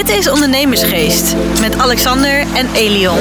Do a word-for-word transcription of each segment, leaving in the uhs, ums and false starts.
Dit is Ondernemersgeest met Alexander en Elion.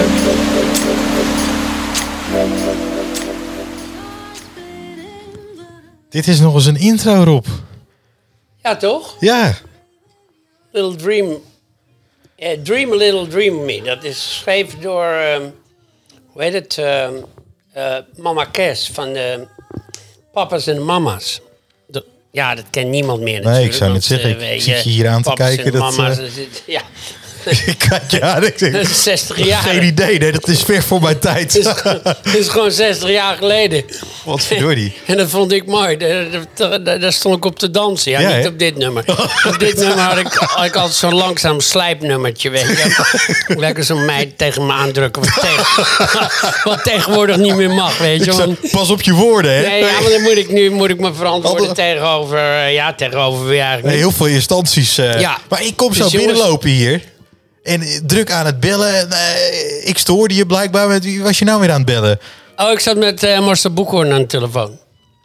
Dit is nog eens een intro, Rob. Ja, toch? Ja. Little Dream. Uh, dream a Little Dream Me. Dat is geschreven door, um, hoe heet het, um, uh, Mama Kes van de Papa's en de Mama's. De, ja, dat kent niemand meer natuurlijk. Nee, ik zou net zeggen, ik, ik zit je hier aan te kijken. En dat, mama's, uh... ja. ik kijk je aan, ik denk, dat is zestig jaar. Geen idee, nee, dat is ver voor mijn tijd. Dat is, is gewoon zestig jaar geleden. Wat verdorie. En dat vond ik mooi. Daar, daar, daar stond ik op te dansen. Ja, ja niet hè? op dit nummer. Op dit nummer had ik, had ik altijd zo'n langzaam slijpnummertje. Weet je. Lekker zo'n meid tegen me aandrukken. Wat, tegen, wat tegenwoordig niet meer mag. Weet je. Want, pas op je woorden, hè? nee, ja, maar dan moet ik nu moet ik me verantwoorden Altijd, tegenover... Uh, ja, tegenover wie eigenlijk nee, niet. heel veel instanties. Uh, Ja. Maar ik kom Dus zo jongens, binnenlopen hier. En druk aan het bellen. En, uh, ik stoorde je blijkbaar. Met wie was je nou weer aan het bellen? Oh, ik zat met uh, Marcel Boekhoorn aan de telefoon.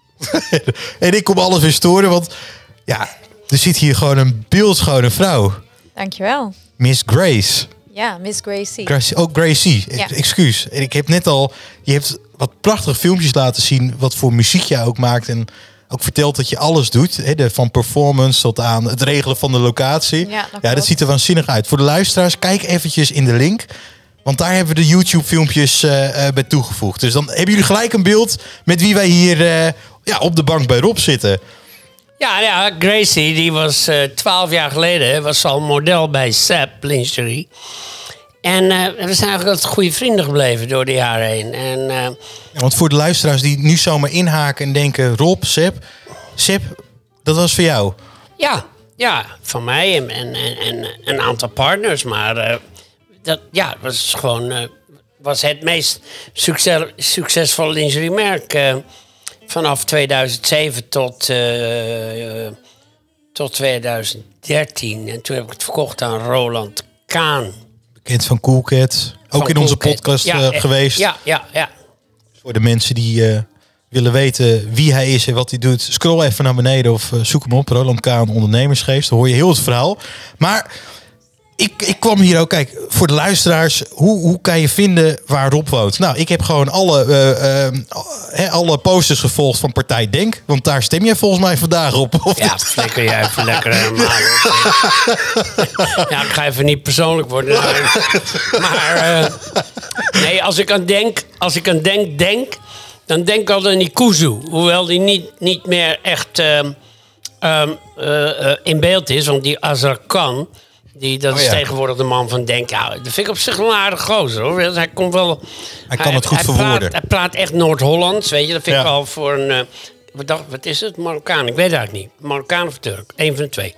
En ik kom alles weer storen. Want ja, er zit hier gewoon een beeldschone vrouw. Dankjewel. Miss Grace. Ja, Miss Gracie. Gracie ook Gracie. Ja. Excuus. En ik heb net al... Je hebt wat prachtige filmpjes laten zien. Wat voor muziek je ook maakt. En ook vertelt dat je alles doet. Hè, de, van performance tot aan het regelen van de locatie. Ja, dat ja, klopt. dat ziet er waanzinnig uit. Voor de luisteraars, kijk eventjes in de link. Want daar hebben we de YouTube-filmpjes uh, uh, bij toegevoegd. Dus dan hebben jullie gelijk een beeld met wie wij hier uh, ja, op de bank bij Rob zitten. Ja, ja, Gracie, die was twaalf uh, jaar geleden was al model bij Sap Lingerie. En uh, we zijn eigenlijk altijd goede vrienden gebleven door de jaren heen. En, uh, ja, want voor de luisteraars die nu zomaar inhaken en denken... Rob, Sap, Sap, dat was voor jou. ja, ja, van mij en, en, en, en een aantal partners. Maar uh, dat ja, was gewoon uh, was het meest succes, succesvolle lingeriemerk... Uh, vanaf tweeduizend zeven tot, uh, uh, tot tweeduizend dertien. En toen heb ik het verkocht aan Roland Kaan. Bekend van Cool Cat. Ook Van in onze Cool Cat. podcast Ja, uh, eh, geweest. Ja, ja, ja. Voor de mensen die uh, willen weten wie hij is en wat hij doet. Scroll even naar beneden of uh, zoek hem op. Roland Kaan, Ondernemersgeest. Dan hoor je heel het verhaal. Maar ik, ik kwam hier ook... Kijk, voor de luisteraars. Hoe, hoe kan je vinden waar Rob woont? Nou, ik heb gewoon alle, uh, uh, alle posters gevolgd van Partij Denk. Want daar stem jij volgens mij vandaag op. Of Ja, flikker jij even lekker helemaal. Ja, ik ga even niet persoonlijk worden. Maar uh, nee, als ik aan denk, als ik aan denk, denk, dan denk ik altijd aan die Kuzu. Hoewel die niet, niet meer echt uh, um, uh, uh, in beeld is. Want die Azarkan, die, dat Oh, is ja. tegenwoordig de man van Denk. Ja, dat vind ik op zich wel een aardig gozer, hoor. Hij komt wel... Hij kan het goed hij verwoorden. Praat, hij praat echt Noord-Hollands, weet je. Dat vind ik Ja. al voor een... Uh, wat, dacht, wat is het? Marokkaan? Ik weet het eigenlijk niet. Marokkaan of Turk? Eén van de twee.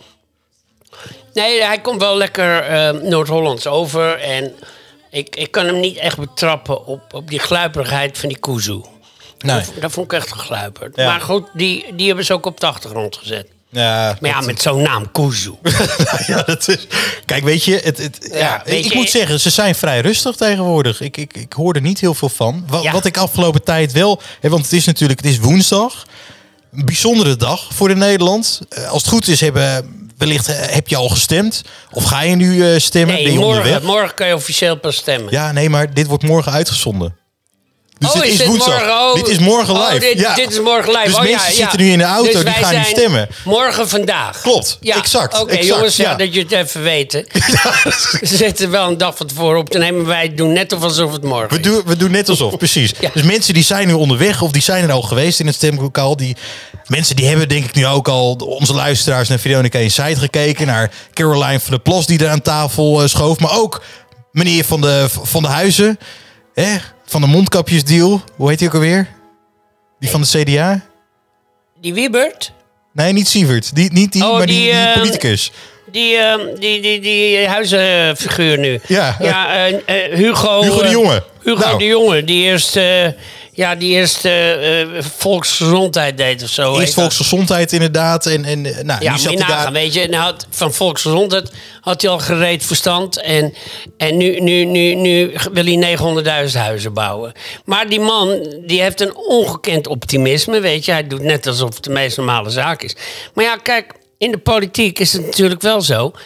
Nee, hij komt wel lekker uh, Noord-Hollands over. En ik, ik kan hem niet echt betrappen op, op die gluiperigheid van die Kuzu. Nee. Dat, dat vond ik echt gegluiperd. Ja. Maar goed, die, die hebben ze ook op de achtergrond gezet. Ja, Maar ja, dat- met zo'n naam, Kuzu. ja, dat is... Kijk, weet je, het, het, ja, Ja, weet ik je- moet zeggen, ze zijn vrij rustig tegenwoordig. Ik, ik, ik hoor er niet heel veel van. Wat, Ja. wat ik afgelopen tijd wel... Hè, want het is natuurlijk, het is woensdag. Een bijzondere dag voor de Nederland. Eh, Als het goed is, hebben, wellicht eh, heb je al gestemd. Of ga je nu eh, stemmen? Ben Nee, je morgen, onderweg? morgen kan je officieel pas stemmen. Ja, nee, maar dit wordt morgen uitgezonden. Dus Oh, dit is is dit woensdag. morgen? Oh. Dit is morgen Oh, live. dit, ja. dit is morgen live. Dus oh, mensen ja, zitten ja. nu in de auto, Dus die wij gaan niet zijn stemmen. Morgen vandaag. Klopt, exact, Oké, exact, jongens, ja. ja. dat je het even weet. Ze zitten wel een dag van tevoren op te nemen. Wij doen net of alsof het morgen We is. doen, we doen net alsof, precies. Ja. Dus mensen die zijn nu onderweg of die zijn er al geweest in het stemlokaal. Die mensen die hebben denk ik nu ook al onze luisteraars naar Veronica Inside gekeken. Naar Caroline van der Plas die er aan tafel uh, schoof. Maar ook meneer van de, van de Huizen. Hè? Van de mondkapjesdeal. Hoe heet hij ook alweer? Die van de C D A? Die Wiebert? Nee, niet Sievert. Die, niet die, Oh, maar die, die, die uh, politicus. Die, uh, die, die, die huizenfiguur nu. Ja. Ja, uh, uh, Hugo... Hugo de uh, Jonge. Hugo Nou. de Jonge, die eerst... Uh, ja, die eerst uh, uh, volksgezondheid deed of zo. Eerst heet dat. volksgezondheid inderdaad. En, en nou, Ja, nu moet zat je hij nagaan, daar. weet je. En hij had, van volksgezondheid had hij al gereed verstand. En, en nu, nu, nu, nu wil hij negenhonderdduizend huizen bouwen. Maar die man, die heeft een ongekend optimisme, weet je. Hij doet net alsof het de meest normale zaak is. Maar ja, kijk, in de politiek is het natuurlijk wel zo.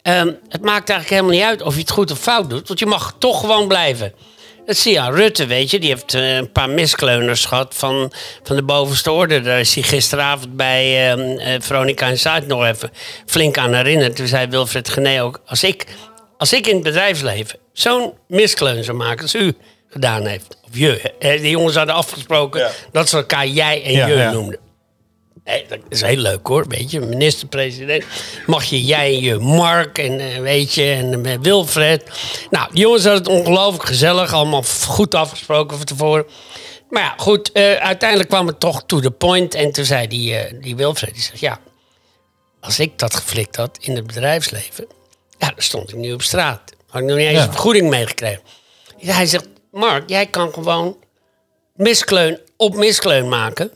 Um, het maakt eigenlijk helemaal niet uit of je het goed of fout doet. Want je mag toch gewoon blijven. Dat zie je aan Rutte, weet je. Die heeft uh, een paar miskleuners gehad van, van de bovenste orde. Daar is hij gisteravond bij uh, uh, Veronica Inside nog even flink aan herinnerd. Toen zei Wilfred Genee ook... Als ik, als ik in het bedrijfsleven zo'n miskleun zou maken als u gedaan heeft... Of je, hè, die jongens hadden afgesproken ja. dat ze elkaar jij en ja, je ja. noemden. Hey, dat is heel leuk hoor, weet je. Minister-president. Mag je jij en je Mark en uh, weet je, en uh, Wilfred. Nou, die jongens hadden het ongelooflijk gezellig. Allemaal goed afgesproken van tevoren. Maar ja, goed. Uh, uiteindelijk kwam het toch to the point. En toen zei die, uh, die Wilfred, die zegt, ja... Als ik dat geflikt had in het bedrijfsleven... Ja, dan stond ik nu op straat. Had ik nog niet eens ja. een vergoeding meegekregen. Hij zegt, Mark, jij kan gewoon miskleun op miskleun maken...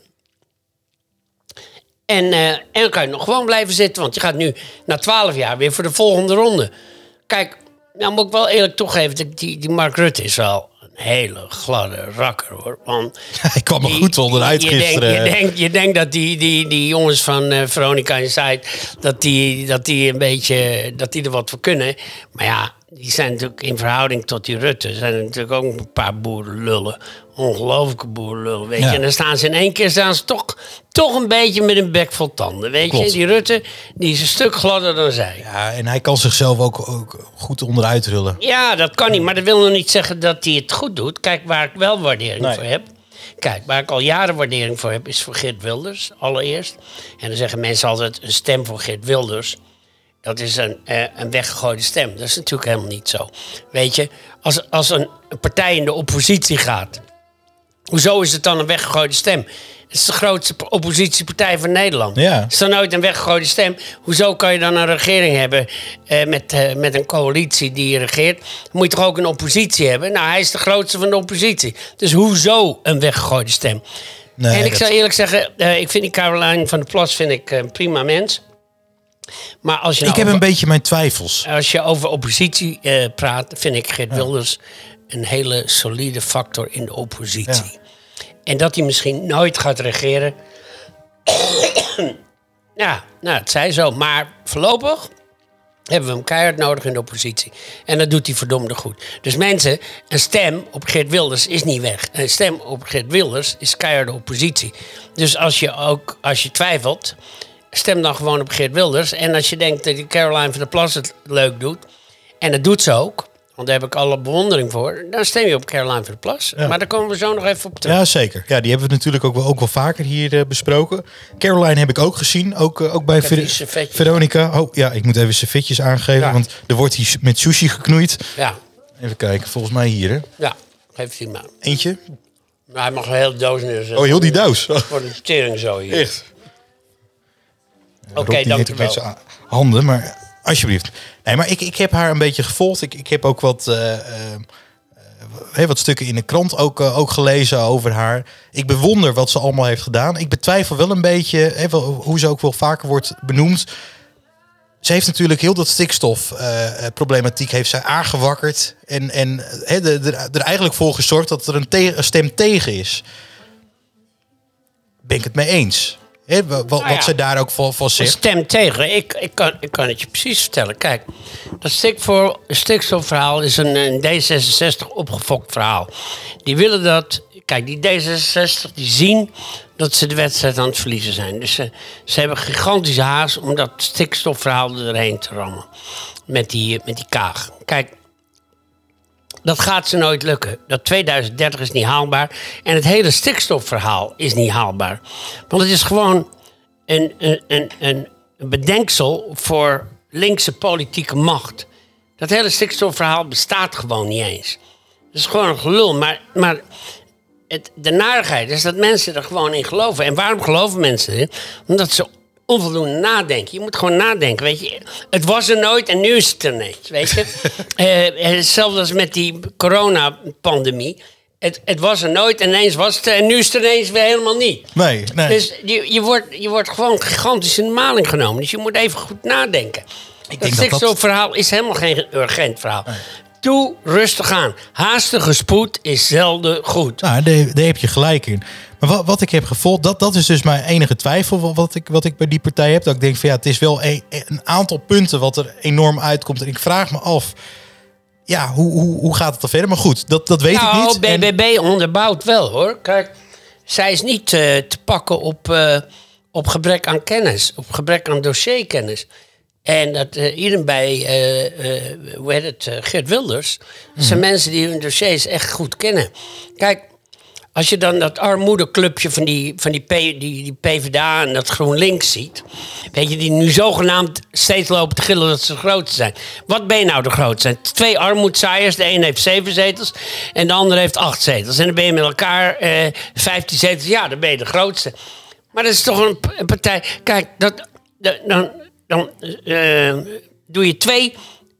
En, uh, en dan kan je nog gewoon blijven zitten. Want je gaat nu na twaalf jaar weer voor de volgende ronde. Kijk, nou moet ik wel eerlijk toegeven... Die, die Mark Rutte is wel een hele gladde rakker, hoor. Want hij kwam er die, goed onderuit je gisteren. Denk, je, denkt, je denkt dat die, die, die jongens van uh, Veronica Inside... Dat die, dat die een beetje... Dat die er wat voor kunnen. Maar ja, die zijn natuurlijk in verhouding tot die Rutte... zijn er natuurlijk ook een paar boerenlullen. Ongelooflijke boerenlullen, weet je. Ja. En dan staan ze in één keer staan ze toch, toch een beetje met een bek vol tanden, weet Klopt. je. Die Rutte, die is een stuk gladder dan zij. Ja, en hij kan zichzelf ook, ook goed onderuit rullen. Ja, dat kan niet. Maar dat wil nog niet zeggen dat hij het goed doet. Kijk, waar ik wel waardering nee. voor heb... Kijk, waar ik al jaren waardering voor heb, is voor Geert Wilders, allereerst. En dan zeggen mensen altijd, een stem voor Geert Wilders... Dat is een, uh, een weggegooide stem. Dat is natuurlijk helemaal niet zo. Weet je, als, als een, een partij in de oppositie gaat... Hoezo is het dan een weggegooide stem? Het is de grootste oppositiepartij van Nederland. Ja. Is er nooit een weggegooide stem? Hoezo kan je dan een regering hebben uh, met, uh, met een coalitie die regeert? Dan moet je toch ook een oppositie hebben? Nou, hij is de grootste van de oppositie. Dus hoezo een weggegooide stem? Nee, en ik dat... zou eerlijk zeggen, uh, ik vind die Caroline van der Plas vind ik, uh, een prima mens... Maar als je nou ik heb over, een beetje mijn twijfels. Als je over oppositie uh, praat, vind ik Geert ja. Wilders een hele solide factor in de oppositie. Ja. En dat hij misschien nooit gaat regeren. ja, nou, het zij zo. Maar voorlopig hebben we hem keihard nodig in de oppositie. En dat doet hij verdomde goed. Dus mensen, een stem op Geert Wilders is niet weg. Een stem op Geert Wilders is keiharde oppositie. Dus als je ook, als je twijfelt... Stem dan gewoon op Geert Wilders. En als je denkt dat die Caroline van der Plas het leuk doet... en dat doet ze ook, want daar heb ik alle bewondering voor... dan stem je op Caroline van der Plas. Ja. Maar daar komen we zo nog even op terug. Ja, zeker. Ja, die hebben we natuurlijk ook wel, ook wel vaker hier uh, besproken. Caroline heb ik ook gezien, ook, uh, ook bij Ver- Veronica. Oh ja, ik moet even servetjes aangeven... Ja. want er wordt hier met sushi geknoeid. Ja. Even kijken, volgens mij hier, hè? Ja, geef die maar. Eentje? Maar hij mag een hele doos neerzetten. Oh, heel die doos? Voor de tering zo hier. Echt? Oké, okay, dank u wel. Met handen, maar alsjeblieft. Nee, maar ik, ik heb haar een beetje gevolgd. Ik, ik heb ook wat, uh, uh, wat stukken in de krant ook, uh, ook gelezen over haar. Ik bewonder wat ze allemaal heeft gedaan. Ik betwijfel wel een beetje, hè, hoe ze ook wel vaker wordt benoemd. Ze heeft natuurlijk heel dat stikstofproblematiek uh, heeft zij aangewakkerd. En, en he, de, de, er eigenlijk voor gezorgd dat er een, te- een stem tegen is. Ben ik het mee eens? He, wat nou ja, wat ze daar ook van, van zegt. Stem tegen. Ik, ik, kan, ik kan het je precies vertellen. Kijk, dat stik voor, stikstofverhaal is een, een D zesenzestig opgefokt verhaal. Die willen dat... Kijk, die D zesenzestig die zien dat ze de wedstrijd aan het verliezen zijn. Dus ze, ze hebben gigantische haast om dat stikstofverhaal erheen te rammen. Met die, met die kaag. Kijk, dat gaat ze nooit lukken. Dat tweeduizend dertig is niet haalbaar. En het hele stikstofverhaal is niet haalbaar. Want het is gewoon een, een, een, een bedenksel voor linkse politieke macht. Dat hele stikstofverhaal bestaat gewoon niet eens. Het is gewoon een gelul. Maar, maar het, de narigheid is dat mensen er gewoon in geloven. En waarom geloven mensen erin? Omdat ze onvoldoende nadenken. Je moet gewoon nadenken, weet je. Het was er nooit en nu is het er ineens, weet je. uh, hetzelfde als met die coronapandemie. Het, het was er nooit en ineens was het er en nu is het er ineens weer helemaal niet. Nee, nee. Dus je, je, wordt, je wordt gewoon gigantisch in de maling genomen. Dus je moet even goed nadenken. Ik dat stikstofverhaal dat... is helemaal geen urgent verhaal. Nee. Doe rustig aan. Haastige spoed is zelden goed. Nou, daar, daar heb je gelijk in. Maar wat, wat ik heb gevolgd, dat, dat is dus mijn enige twijfel wat ik, wat ik bij die partij heb. Dat ik denk van ja, het is wel een, een aantal punten wat er enorm uitkomt. En ik vraag me af, ja, hoe, hoe, hoe gaat het er verder? Maar goed, dat, dat weet nou, ik niet. B B B en... onderbouwt wel hoor. Kijk, zij is niet uh, te pakken op, uh, op gebrek aan kennis, op gebrek aan dossierkennis. En dat uh, iedereen bij, uh, uh, hoe heet het, uh, Geert Wilders, dat zijn mensen die hun dossiers echt goed kennen. Kijk, als je dan dat armoedeclubje van die, van die, P, die, die PvdA en dat GroenLinks ziet, weet je, die nu zogenaamd steeds lopen te gillen dat ze de grootste zijn. Wat ben je nou de grootste? Twee armoedzaaiers, de een heeft zeven zetels en de ander heeft acht zetels. En dan ben je met elkaar uh, vijftien zetels, ja, dan ben je de grootste. Maar dat is toch een, een partij, kijk, dat, dat, dan... Dan uh, doe je twee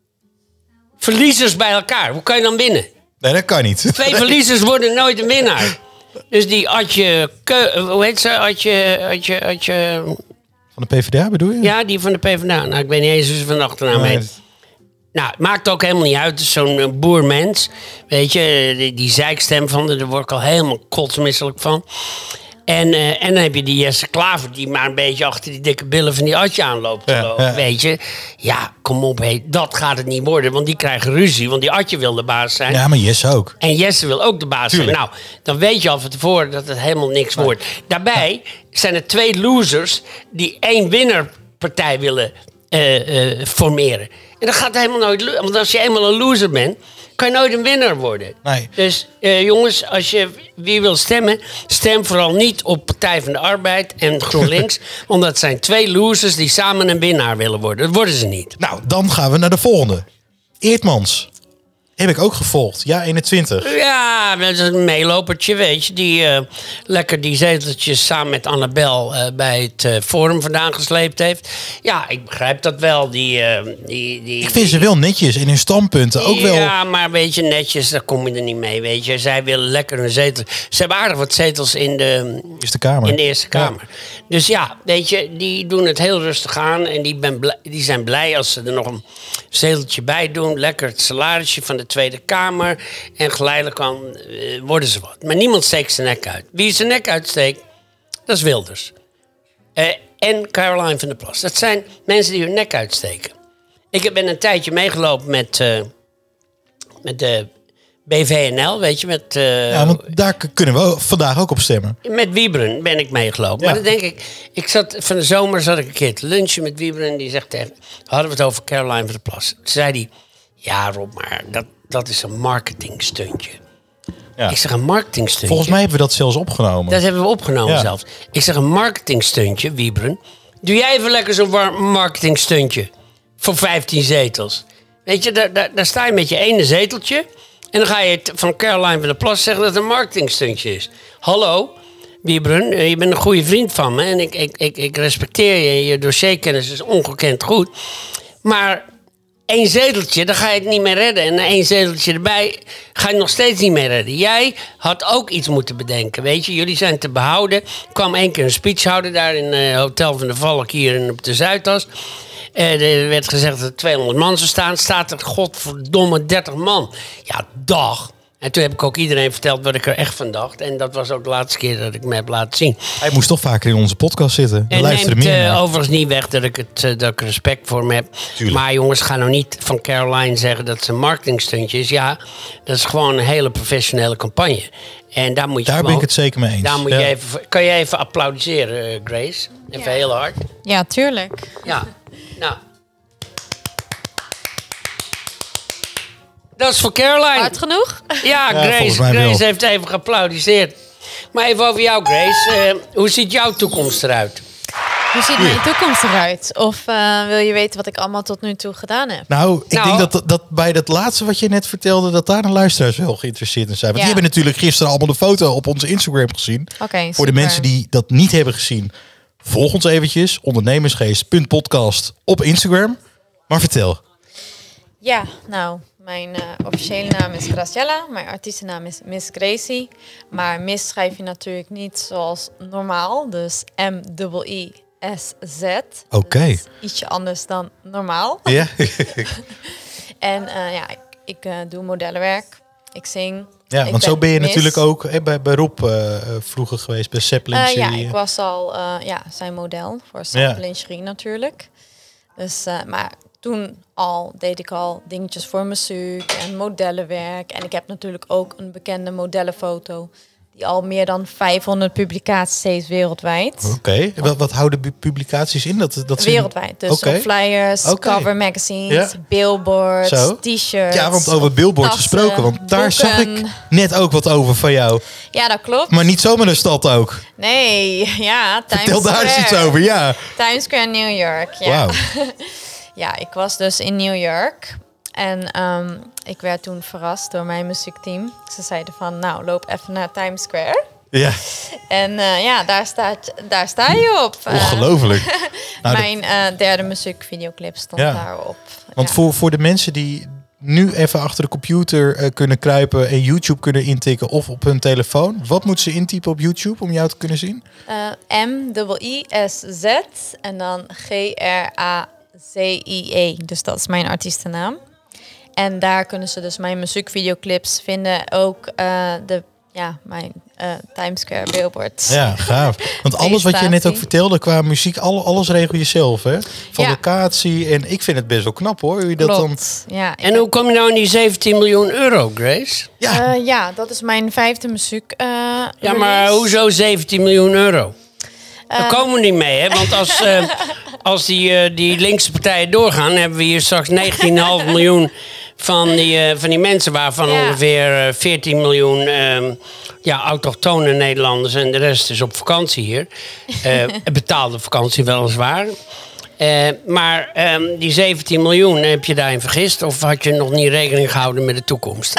verliezers bij elkaar. Hoe kan je dan winnen? Nee, dat kan niet. Twee verliezers worden nooit een winnaar. Dus die Adje... Ke- hoe heet ze? Adje... Adje, Adje Van de PvdA bedoel je? ja, die van de PvdA. Nou, ik weet niet eens hoe ze van de achternaam Nee. heet. Nou, het maakt ook helemaal niet uit. Het is zo'n uh, boermens. Weet je, die, die zeikstem van, daar word ik al helemaal kotsmisselijk van. En, uh, en dan heb je die Jesse Klaver die maar een beetje achter die dikke billen van die Adje aanloopt te Ja, lopen, ja. weet je. Ja, kom op, hé, dat gaat het niet worden, want die krijgen ruzie, want die Adje wil de baas zijn. Ja, maar Jesse ook. En Jesse wil ook de baas Tuurlijk. zijn. Nou, dan weet je al van tevoren dat het helemaal niks wordt. Daarbij zijn er twee losers die één winnerpartij willen uh, uh, formeren. En dat gaat helemaal nooit lukken, want als je eenmaal een loser bent, kan je nooit een winnaar worden. Nee. Dus uh, jongens, als je wie wil stemmen, stem vooral niet op Partij van de Arbeid en GroenLinks. Want dat zijn twee losers die samen een winnaar willen worden. Dat worden ze niet. Nou, dan gaan we naar de volgende. Eertmans. Heb ik ook gevolgd. Ja, eenentwintig. Ja, dat is een meelopertje, weet je. Die uh, lekker die zeteltjes samen met Annabel uh, bij het uh, Forum vandaan gesleept heeft. Ja, ik begrijp dat wel. Die, uh, die, die, Ik vind ze wel netjes in hun standpunten. Ook wel. Ja, maar weet je, netjes, daar kom je er niet mee, weet je. Zij willen lekker een zetel. Ze hebben aardig wat zetels in de Eerste Kamer. In de Eerste Kamer. Ja. Dus ja, weet je, die doen het heel rustig aan. En die, ben blij, die zijn blij als ze er nog een zeteltje bij doen. Lekker het salarisje van de Tweede Kamer. En geleidelijk aan uh, worden ze wat. Maar niemand steekt zijn nek uit. Wie zijn nek uitsteekt, dat is Wilders. Uh, en Caroline van der Plas. Dat zijn mensen die hun nek uitsteken. Ik ben een tijdje meegelopen met, uh, met de B V N L, weet je, met... Uh, Ja, want daar k- kunnen we vandaag ook op stemmen. Met Wiebren ben ik meegelopen. Ja. Maar dan denk ik, ik zat, van de zomer zat ik een keer te lunchen met Wiebren. En die zegt tegen, hadden we het over Caroline van der Plas. Toen zei hij, ja Rob, maar dat, dat is een marketingstuntje. Ja. Ik zeg, een marketingstuntje? Volgens mij hebben we dat zelfs opgenomen. Dat hebben we opgenomen Ja. zelfs. Ik zeg, een marketingstuntje, Wiebren. Doe jij even lekker zo'n war- marketingstuntje voor vijftien zetels. Weet je, daar, daar, daar sta je met je ene zeteltje. En dan ga je t- van Caroline van der Plas zeggen dat het een marketingstuntje is. Hallo, Wiebren, eh, je bent een goede vriend van me. En ik, ik, ik, ik respecteer je. Je dossierkennis is ongekend goed. Maar één zeteltje, daar ga je het niet mee redden. En één zeteltje erbij ga je het nog steeds niet mee redden. Jij had ook iets moeten bedenken, weet je. Jullie zijn te behouden. Ik kwam één keer een speech houden daar in het uh, Hotel van de Valk hier in, op de Zuidas. Uh, er werd gezegd dat er tweehonderd man zou staan. Staat er godverdomme dertig man. Ja, dag. En toen heb ik ook iedereen verteld wat ik er echt van dacht. En dat was ook de laatste keer dat ik me heb laten zien. Hij moest toch vaker in onze podcast zitten. We En luisteren neemt meer uh, naar. overigens niet weg dat ik, het, uh, dat ik respect voor hem heb. Tuurlijk. Maar jongens, ga nou niet van Caroline zeggen dat ze een marketingstuntje is. Ja, dat is gewoon een hele professionele campagne. En daar moet je Daar gewoon, ben ik het zeker mee eens. Daar moet Ja. je even, kan je even applaudisseren, uh, Grace? Even Ja. heel hard. Ja, tuurlijk. Ja, nou. Dat is voor Caroline. Hard genoeg? Ja, volgens Grace, mij wel. Grace heeft even geapplaudiseerd. Maar even over jou, Grace. Uh, hoe ziet jouw toekomst eruit? Hoe ziet mijn toekomst eruit? Of uh, wil je weten wat ik allemaal tot nu toe gedaan heb? Nou, ik Nou. denk dat, dat bij dat laatste wat je net vertelde, dat daar de luisteraars wel geïnteresseerd in zijn. Want Ja. die hebben natuurlijk gisteren allemaal de foto op onze Instagram gezien. Oké, Voor de super. mensen die dat niet hebben gezien, volg ons eventjes. ondernemersgeest punt podcast op Instagram. Maar vertel. Ja, nou, mijn uh, officiële naam is Graciela. Mijn artiestennaam is Miss Gracie. Maar Miss schrijf je natuurlijk niet zoals normaal. Dus M I I S Z. Oké. Dus ietsje anders dan normaal. Ja? En uh, ja, ik, ik uh, doe modellenwerk. Ik zing. Ja, Ik want zo ben ben je mis. natuurlijk ook hè, bij, bij Rob uh, vroeger geweest, bij Zeppelin. Uh, ja, serie. ik was al uh, ja, zijn model voor Sample Lingerie natuurlijk. Dus, uh, maar toen al deed ik al dingetjes voor muziek en modellenwerk. En ik heb natuurlijk ook een bekende modellenfoto die al meer dan vijfhonderd publicaties heeft wereldwijd. Oké, okay. wat, wat houden publicaties in? Dat, dat wereldwijd, dus okay. op flyers, okay. cover magazines, ja. billboards, Zo. t-shirts. Ja, want over billboards tassen, gesproken, want daar boeken. Zag ik net ook wat over van jou. Ja, dat klopt. Maar niet zomaar een stad ook. Nee, ja, Times Vertel Square. daar eens iets over, ja. Times Square, New York. Ja. Wauw. Ja, ik was dus in New York. En um, ik werd toen verrast door mijn muziekteam. Ze zeiden van, nou, loop even naar Times Square. Ja. En uh, ja, daar, staat, daar sta je op. Ongelooflijk. Uh, nou, mijn uh, derde muziekvideoclip stond ja. daarop. Want ja. voor, voor de mensen die nu even achter de computer uh, kunnen kruipen en YouTube kunnen intikken of op hun telefoon, wat moeten ze intypen op YouTube om jou te kunnen zien? Uh, M I I S Z en dan G R A C I E. Dus dat is mijn artiestennaam. En daar kunnen ze dus mijn muziekvideoclips vinden. Ook uh, de, ja, mijn uh, Times Square billboards. Ja, gaaf. Want alles wat je net ook vertelde qua muziek, alles regel je zelf, hè? Van ja. locatie. En ik vind het best wel knap, hoor. Hoe je dat dan... Ja, en hoe kom je nou in die zeventien miljoen euro, Grace? Ja, uh, ja dat is mijn vijfde muziek. Uh, ja, maar hoezo zeventien miljoen euro? Uh, Daar komen we niet mee, hè? Want als, uh, als die, uh, die linkse partijen doorgaan, hebben we hier straks negentien komma vijf miljoen van die, uh, van die mensen, waarvan ja. ongeveer uh, veertien miljoen uh, ja, autochtone Nederlanders en de rest is op vakantie hier. Uh, betaalde vakantie weliswaar. Uh, maar um, die zeventien miljoen, heb je daarin vergist? Of had je nog niet rekening gehouden met de toekomst?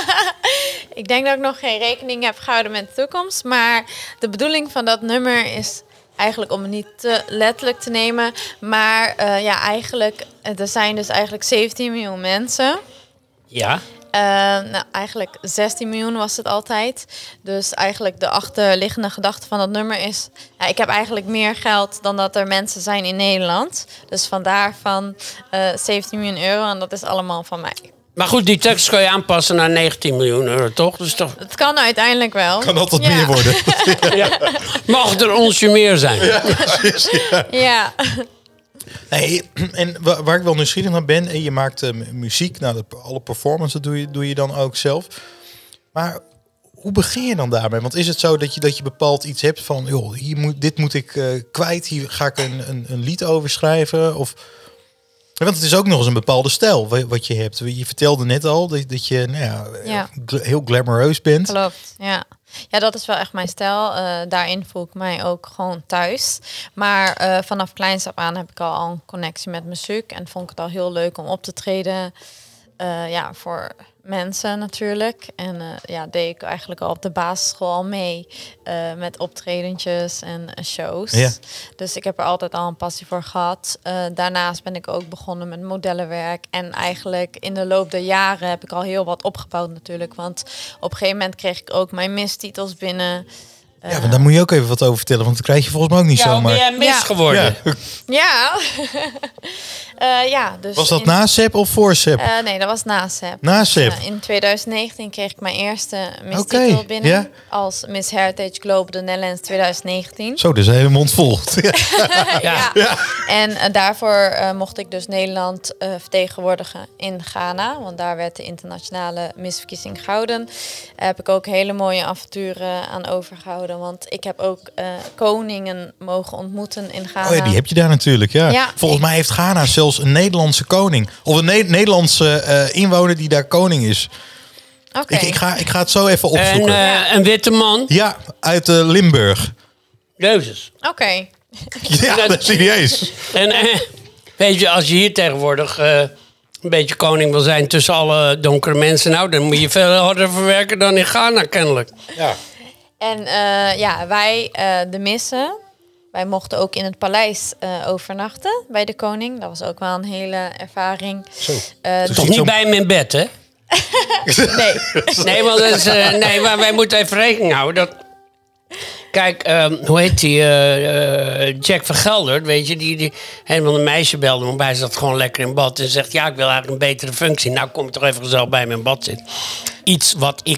Ik denk dat ik nog geen rekening heb gehouden met de toekomst. Maar de bedoeling van dat nummer is eigenlijk om het niet te letterlijk te nemen. Maar uh, ja, eigenlijk, er zijn dus eigenlijk zeventien miljoen mensen. Ja. Uh, nou, eigenlijk zestien miljoen was het altijd. Dus eigenlijk de achterliggende gedachte van dat nummer is... Ja, ik heb eigenlijk meer geld dan dat er mensen zijn in Nederland. Dus vandaar van uh, zeventien miljoen euro en dat is allemaal van mij. Maar goed, die tekst kan je aanpassen naar negentien miljoen euro, toch? Dus toch... Het kan uiteindelijk wel. Kan altijd ja. meer worden. Ja. Mag er onsje meer zijn. Ja, precies, ja. ja. Nee, en waar ik wel nieuwsgierig naar ben, en je maakt uh, muziek, nou, alle performances doe je, doe je dan ook zelf. Maar hoe begin je dan daarmee? Want is het zo dat je, dat je bepaald iets hebt van, joh, hier moet, dit moet ik uh, kwijt, hier ga ik een, een, een lied over schrijven? Of... Want het is ook nog eens een bepaalde stijl wat je hebt. Je vertelde net al dat, dat je nou ja, ja. heel glamoureus bent. Klopt, ja. Ja, dat is wel echt mijn stijl. Uh, daarin voel ik mij ook gewoon thuis. Maar uh, vanaf kleins af aan heb ik al een connectie met muziek. En vond ik het al heel leuk om op te treden. Uh, ja, voor mensen natuurlijk. En uh, ja, deed ik eigenlijk al op de basisschool al mee. Uh, met optredentjes en uh, shows. Ja. Dus ik heb er altijd al een passie voor gehad. Uh, daarnaast ben ik ook begonnen met modellenwerk. En eigenlijk in de loop der jaren heb ik al heel wat opgebouwd natuurlijk. Want op een gegeven moment kreeg ik ook mijn Miss-titels binnen. Uh, ja, maar daar moet je ook even wat over vertellen. Want dat krijg je volgens mij ook niet ja, zomaar. Ja, ben jij Miss ja. geworden? Ja. ja. Uh, ja, dus was dat in... na S E P of voor S E P? Uh, nee, dat was na S E P. Na S E P? Uh, in twintig negentien kreeg ik mijn eerste Miss-titel okay, binnen. Yeah. Als Miss Heritage Global de Netherlands twintig negentien. Zo, dus een hele mond vol. ja. ja. ja. En uh, daarvoor uh, mocht ik dus Nederland uh, vertegenwoordigen in Ghana. Want daar werd de internationale Missverkiezing gehouden. Uh, heb ik ook hele mooie avonturen aan overgehouden. Want ik heb ook uh, koningen mogen ontmoeten in Ghana. Oh ja, die heb je daar natuurlijk, ja. ja Volgens ik... mij heeft Ghana zelfs een Nederlandse koning. Of een ne- Nederlandse uh, inwoner die daar koning is. Okay. Ik, ik, ga, ik ga het zo even opzoeken. En uh, een witte man? Ja, uit uh, Limburg. Jezus. Oké. Okay. Ja, dat, dat is serieus. En uh, weet je, als je hier tegenwoordig uh, een beetje koning wil zijn tussen alle donkere mensen, nou, dan moet je veel harder verwerken dan in Ghana kennelijk. Ja. En uh, ja, wij, uh, de missen, wij mochten ook in het paleis uh, overnachten bij de koning. Dat was ook wel een hele ervaring. Zo. Uh, Toch niet zo... bij hem in bed, hè? nee. Nee, want dat is, uh, nee, maar wij moeten even rekening houden dat... Kijk, um, hoe heet die? Uh, uh, Jack van Gelder, weet je, die, die helemaal een meisje belde, maar hij zat gewoon lekker in bad en zegt, ja, ik wil eigenlijk een betere functie. Nou, kom je toch even gezellig bij me in bad zitten. Iets wat ik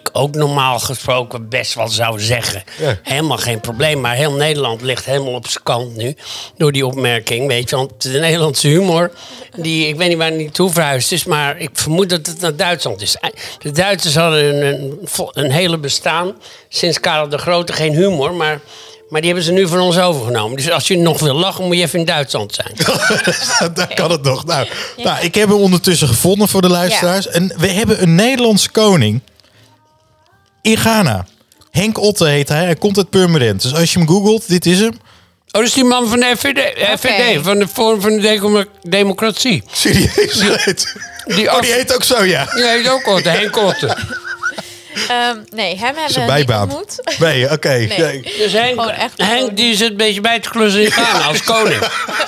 ik ook normaal gesproken best wel zou zeggen. Ja. Helemaal geen probleem. Maar heel Nederland ligt helemaal op zijn kant nu. Door die opmerking, weet je. Want de Nederlandse humor, die, ik weet niet waar het niet toe verhuisd is. Maar ik vermoed dat het naar Duitsland is. De Duitsers hadden een, een, een hele bestaan. Sinds Karel de Grote geen humor, maar... Maar die hebben ze nu van ons overgenomen. Dus als je nog wil lachen, moet je even in Duitsland zijn. Daar kan het nog. Nou, ja. nou, ik heb hem ondertussen gevonden voor de luisteraars. Ja. En we hebben een Nederlandse koning in Ghana. Henk Otte heet hij. Hij komt uit Purmerend. Dus als je hem googelt, dit is hem. Oh, dat is die man van de F V D, okay. F V D van de Forum van de Democratie. Serieus? Die, die, oh, die heet ook zo, ja. Die heet ook Otte, Henk Otte. Um, nee, hem hebben we niet ontmoet. Nee, oké. Okay. Nee. Nee. Dus Henk, Henk die zit een beetje bij te klussen in Ghana als koning.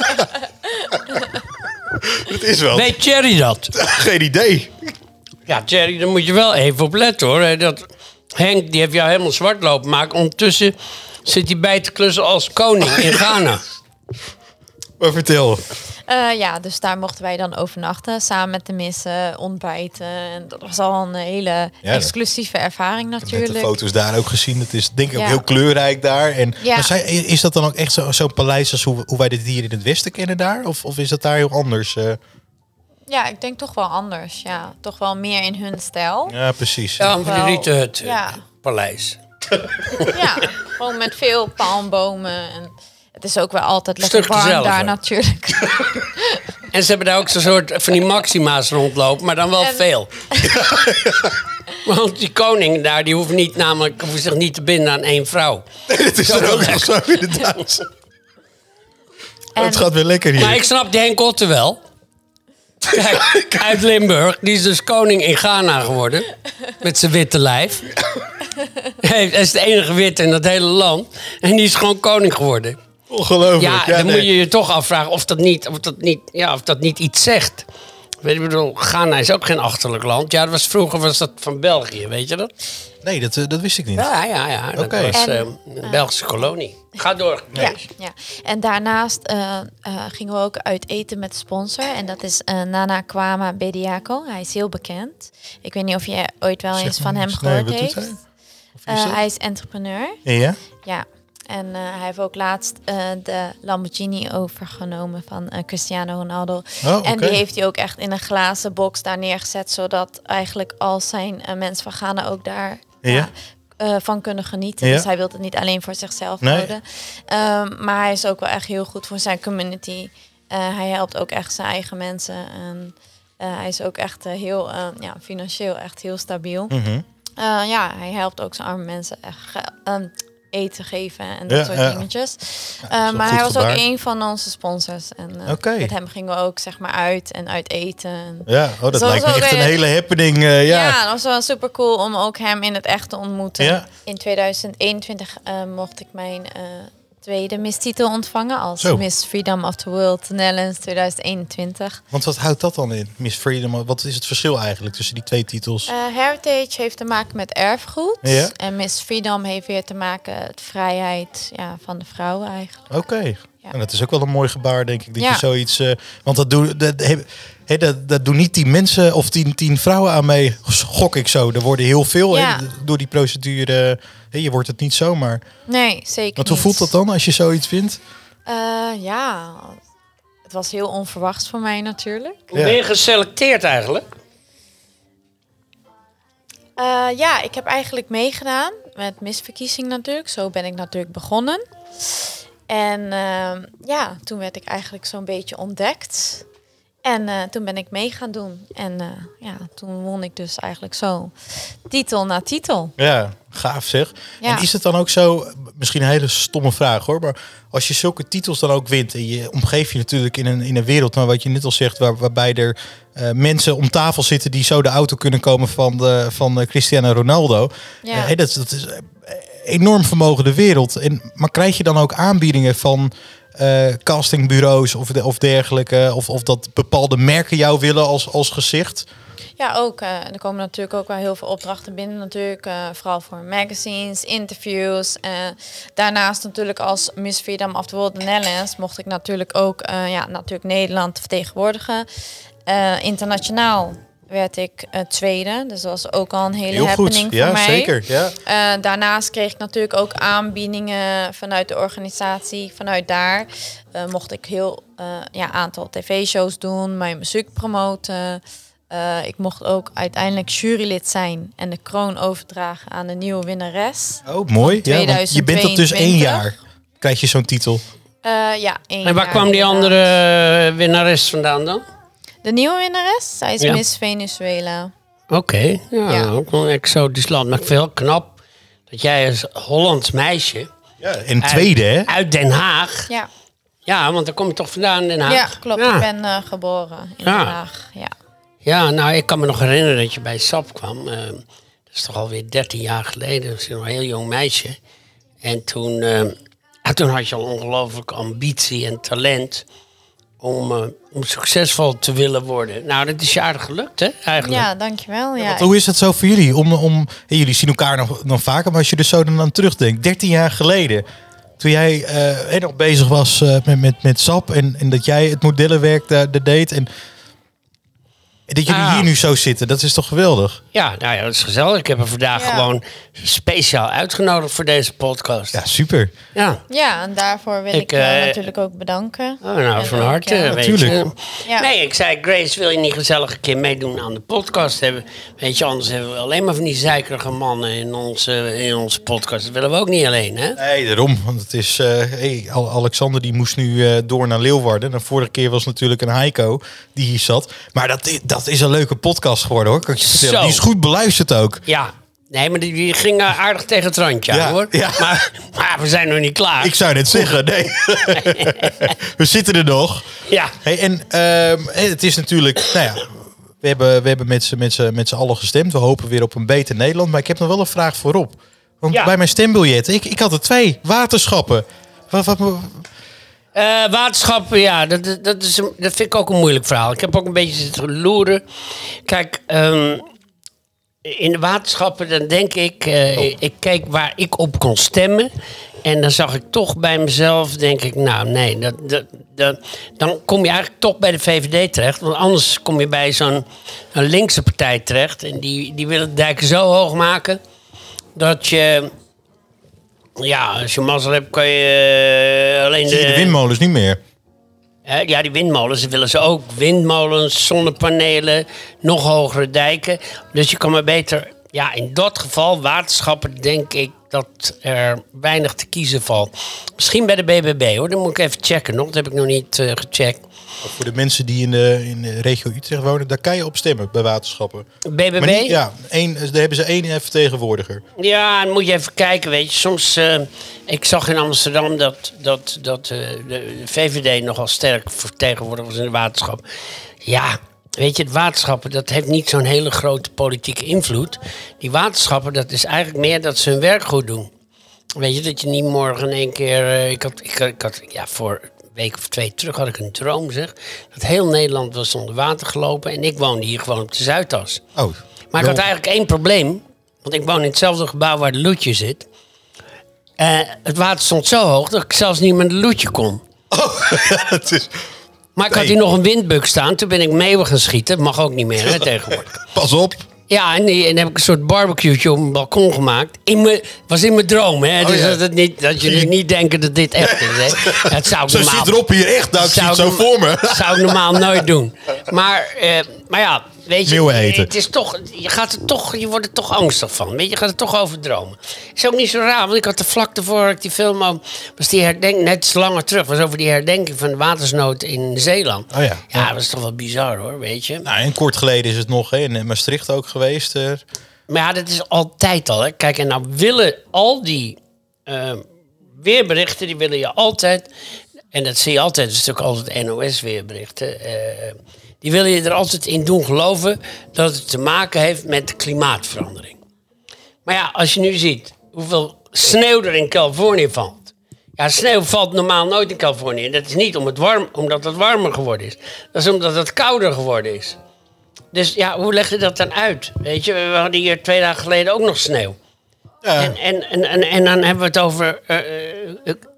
Dat is wel. Weet Thierry dat? Geen idee. Ja, Thierry, daar moet je wel even op letten, hoor. Dat Henk, die heeft jou helemaal zwart lopen maken. Ondertussen zit hij bij te klussen als koning in Ghana. Maar vertel. Uh, ja, dus daar mochten wij dan overnachten. Samen met de missen, ontbijten. En dat was al een hele ja, exclusieve ervaring natuurlijk. Ik heb de foto's daar ook gezien. Het is denk ik ja. ook heel kleurrijk daar. En ja. zij, is dat dan ook echt zo'n zo paleis als hoe, hoe wij dit hier in het Westen kennen daar? Of, of is dat daar heel anders? Uh... Ja, ik denk toch wel anders. Ja, toch wel meer in hun stijl. Ja, precies. Ja, van die Rietenhut ja. paleis. Ja, gewoon met veel palmbomen en... Het is ook wel altijd lekker warm gezellig, daar natuurlijk. En ze hebben daar ook zo'n soort van die maxima's rondlopen, maar dan wel en... veel. Want die koning daar, die hoeft, niet, namelijk, hoeft zich niet te binden aan één vrouw. Nee, dat is er ook nog zo inderdaad. En... Het gaat weer lekker hier. Maar ik snap die Henk Otte wel. Kijk, uit Limburg. Die is dus koning in Ghana geworden. Met zijn witte lijf. Hij is de enige witte in dat hele land. En die is gewoon koning geworden. Ongelooflijk. Ja, ja dan nee. moet je je toch afvragen of dat niet, of dat niet, ja, of dat niet iets zegt. Weet je, bedoel, Ghana is ook geen achterlijk land. Ja, dat was, vroeger was dat van België, weet je dat? Nee, dat, uh, dat wist ik niet. Ja, ja, ja. Dat okay. was uh, en, een Belgische kolonie. Ga door. Ja, ja. En daarnaast uh, uh, gingen we ook uit eten met sponsor. En dat is uh, Nana Kwama Bediako. Hij is heel bekend. Ik weet niet of je ooit wel eens van hem gehoord nee, heeft. Hij? Is uh, hij is entrepreneur. Ja? Ja. En uh, hij heeft ook laatst uh, de Lamborghini overgenomen van uh, Cristiano Ronaldo. Oh, okay. En die heeft hij ook echt in een glazen box daar neergezet. Zodat eigenlijk al zijn uh, mensen van Ghana ook daar ja. Ja, uh, van kunnen genieten. Ja. Dus hij wil het niet alleen voor zichzelf nee. houden. Um, maar hij is ook wel echt heel goed voor zijn community. Uh, hij helpt ook echt zijn eigen mensen. En uh, hij is ook echt uh, heel uh, ja, financieel echt heel stabiel. Mm-hmm. Uh, ja, hij helpt ook zijn arme mensen echt ge- um, eten geven en dat ja, soort ja. dingetjes. Ja, uh, maar hij was gebaar. ook een van onze sponsors. En uh, okay. met hem gingen we ook zeg maar uit en uit eten. En ja, oh, dat zo lijkt me echt weer... een hele happening. Uh, ja. ja, dat was wel super cool om ook hem in het echt te ontmoeten. Ja. In tweeduizend eenentwintig uh, mocht ik mijn uh, tweede Miss-titel ontvangen als Zo. Miss Freedom of the World Netherlands tweeduizend eenentwintig. Want wat houdt dat dan in, Miss Freedom? Wat is het verschil eigenlijk tussen die twee titels? Uh, Heritage heeft te maken met erfgoed. Ja. En Miss Freedom heeft weer te maken met vrijheid ja, van de vrouwen eigenlijk. Oké. Okay. Ja. En dat is ook wel een mooi gebaar, denk ik. Dat ja. je zoiets... Uh, want dat doen, dat, he, dat, dat doen niet tien mensen of tien, tien vrouwen aan mee. Gok ik zo. Er worden heel veel ja. he, door die procedure. He, je wordt het niet zomaar. Nee, zeker Want hoe niet. voelt dat dan als je zoiets vindt? Uh, ja, het was heel onverwachts voor mij natuurlijk. Hoe ben je geselecteerd eigenlijk? Uh, ja, ik heb eigenlijk meegedaan met misverkiezing natuurlijk. Zo ben ik natuurlijk begonnen. En uh, ja, toen werd ik eigenlijk zo'n beetje ontdekt. En uh, toen ben ik mee gaan doen. En uh, ja, toen won ik dus eigenlijk zo titel na titel. Ja, gaaf zeg. Ja. En is het dan ook zo, misschien een hele stomme vraag hoor, maar als je zulke titels dan ook wint en je omgeeft je natuurlijk in een, in een wereld, maar wat je net al zegt, waar, waarbij er uh, mensen om tafel zitten die zo de auto kunnen komen van, de, van uh, Cristiano Ronaldo. Ja. Uh, hey, dat, dat is enorm vermogen de wereld. En, maar krijg je dan ook aanbiedingen van uh, castingbureaus of, de, of dergelijke, of, of dat bepaalde merken jou willen als, als gezicht? Ja, ook. Uh, er komen natuurlijk ook wel heel veel opdrachten binnen natuurlijk. Uh, vooral voor magazines, interviews. Uh, daarnaast natuurlijk als Miss Freedom of the World Netherlands mocht ik natuurlijk ook uh, ja, natuurlijk Nederland vertegenwoordigen. Uh, internationaal werd ik uh, tweede. Dus dat was ook al een hele Heel happening goed. voor Ja, mij. zeker. Ja. Uh, daarnaast kreeg ik natuurlijk ook aanbiedingen vanuit de organisatie. Vanuit daar uh, mocht ik heel uh, ja, aantal tv-shows doen, mijn muziek promoten. Uh, ik mocht ook uiteindelijk jurylid zijn en de kroon overdragen aan de nieuwe winnares. Oh, mooi. Ja, want je bent dat dus één jaar. Krijg je zo'n titel? Uh, ja, één En waar jaar kwam die inderdaad. andere winnares vandaan dan? De nieuwe winnares? Zij is Ja. Miss Venezuela. Oké, okay. ja, Ja. ook een exotisch land. Maar ik vind het heel knap dat jij als Hollands meisje Ja, en tweede, hè? uit, uit Den Haag... Ja, Ja, want daar kom je toch vandaan in Den Haag? ja klopt. Ja. Ik ben uh, geboren in Ja. Den Haag. Ja. Ja, nou, ik kan me nog herinneren dat je bij S A P kwam. Uh, dat is toch alweer dertien jaar geleden. Dat was nog een heel jong meisje. En toen, uh, ja, toen had je al ongelooflijk ambitie en talent om, uh, om succesvol te willen worden. Nou, dat is je aardig gelukt, hè, eigenlijk. Ja, dankjewel. Ja, Want hoe is het zo voor jullie? Om, om, hey, jullie zien elkaar nog, nog vaker, maar als je er zo dan aan terugdenkt. dertien jaar geleden, toen jij uh, nog bezig was uh, met, met, met S A P en, en dat jij het modellenwerk daar, daar deed. En, en dat jullie Ah. hier nu zo zitten, dat is toch geweldig? Ja, nou ja, dat is gezellig. Ik heb er vandaag Ja. gewoon speciaal uitgenodigd voor deze podcast. Ja, super. Ja. ja, en daarvoor wil Ik, ik, jou uh, natuurlijk ook bedanken. Oh, nou, En van ook, harte, ja. weet Natuurlijk. je. Ja. Nee, ik zei, Grace, wil je niet gezellig een keer meedoen aan de podcast hebben? Weet je, anders hebben we alleen maar van die zeikerige mannen in onze, in onze podcast. Dat willen we ook niet alleen, hè? Nee, daarom. Want het is. Uh, hey, Alexander die moest nu uh, door naar Leeuwarden. De vorige keer was natuurlijk een Heiko die hier zat. Maar dat, i- dat is een leuke podcast geworden, hoor. Kan ik je vertellen. Zo. Die is goed beluisterd ook. Ja. Nee, maar die, die ging uh, aardig tegen het randje aan, Ja, hoor. ja. Maar, maar we zijn nog niet klaar. Ik zou net zeggen, nee. We zitten er nog. Ja. Hey, en ehm, het is natuurlijk, nou ja, we hebben, we hebben met z'n, met, z'n, met z'n allen gestemd. We hopen weer op een beter Nederland. Maar ik heb nog wel een vraag voorop. Want Ja. bij mijn stembiljet, ik, ik had er twee. Waterschappen. Wat, wat, Uh, waterschappen, ja, dat, dat, dat, is een, dat vind ik ook een moeilijk verhaal. Ik heb ook een beetje zitten loeren. Kijk, um, in de waterschappen, dan denk ik... Uh, Oh. ik... Ik keek waar ik op kon stemmen. En dan zag ik toch bij mezelf, denk ik... Nou, nee, dat, dat, dat, dan kom je eigenlijk toch bij de V V D terecht. Want anders kom je bij zo'n een linkse partij terecht. En die, die willen de dijken zo hoog maken... dat je... Ja, als je mazzel hebt, kan je uh, alleen zie je de windmolens niet meer? Hè, ja, die windmolens willen ze ook. Windmolens, zonnepanelen, nog hogere dijken. Dus je kan maar beter... Ja, in dat geval, waterschappen, denk ik dat er weinig te kiezen valt. Misschien bij de B B B, hoor. Dan moet ik even checken nog. Dat heb ik nog niet uh, gecheckt. Voor de mensen die in de, in de regio Utrecht wonen, daar kan je op stemmen bij waterschappen. B B B? Maar niet, ja, één, daar hebben ze één vertegenwoordiger. Ja, dan moet je even kijken, weet je. Soms, uh, ik zag in Amsterdam dat, dat, dat uh, de V V D nogal sterk vertegenwoordigd was in de waterschap. Ja, weet je, het waterschappen, dat heeft niet zo'n hele grote politieke invloed. Die waterschappen, dat is eigenlijk meer dat ze hun werk goed doen. Weet je, dat je niet morgen in één keer... Uh, ik, had, ik, ik had, ja, voor een week of twee terug had ik een droom, zeg. Dat heel Nederland was onder water gelopen en ik woonde hier gewoon op de Zuidas. Oh, Maar ik had eigenlijk één probleem. Want ik woon in hetzelfde gebouw waar de Loetje zit. Uh, het water stond zo hoog dat ik zelfs niet met de Loetje kon. Oh, het is... Maar ik had hier nog een windbuk staan. Toen ben ik meeuwen gaan schieten. Mag ook niet meer, hè, tegenwoordig. Pas op. Ja, en, die, en dan heb ik een soort barbecue'tje op mijn balkon gemaakt. In mijn, was in mijn droom, hè. Oh, Dus ja. dat, het niet, dat jullie niet denken dat dit echt is, hè. Dat zou ik Zo normaal... ziet erop hier echt. Nou, ik zie het zo ik voor me. Dat zou ik normaal nooit doen. Maar, eh, maar ja, weet je, Meeuwen eten. het is toch, je gaat er toch, je wordt er toch angstig van. Weet je, je gaat er toch over dromen. Is ook niet zo raar, want ik had er vlak ervoor ik die film al, was die herdenking net zo langer terug, was over die herdenking van de watersnood in Zeeland. Oh ja. Ja, dat was toch wel bizar, hoor, weet je. Nou, en kort geleden is het nog hè, in Maastricht ook geweest. Uh. Maar ja, dat is altijd al, hè. Kijk, en nou willen al die uh, weerberichten, die willen je altijd, en dat zie je altijd, dat is natuurlijk altijd N O S-weerberichten, uh, die willen je er altijd in doen geloven dat het te maken heeft met klimaatverandering. Maar ja, als je nu ziet hoeveel sneeuw er in Californië valt. Ja, sneeuw valt normaal nooit in Californië. En dat is niet om het warm, omdat het warmer geworden is. Dat is omdat het kouder geworden is. Dus ja, hoe leg je dat dan uit? Weet je, we hadden hier twee dagen geleden ook nog sneeuw. Ja. En, en, en, en, en dan hebben we het over uh, uh,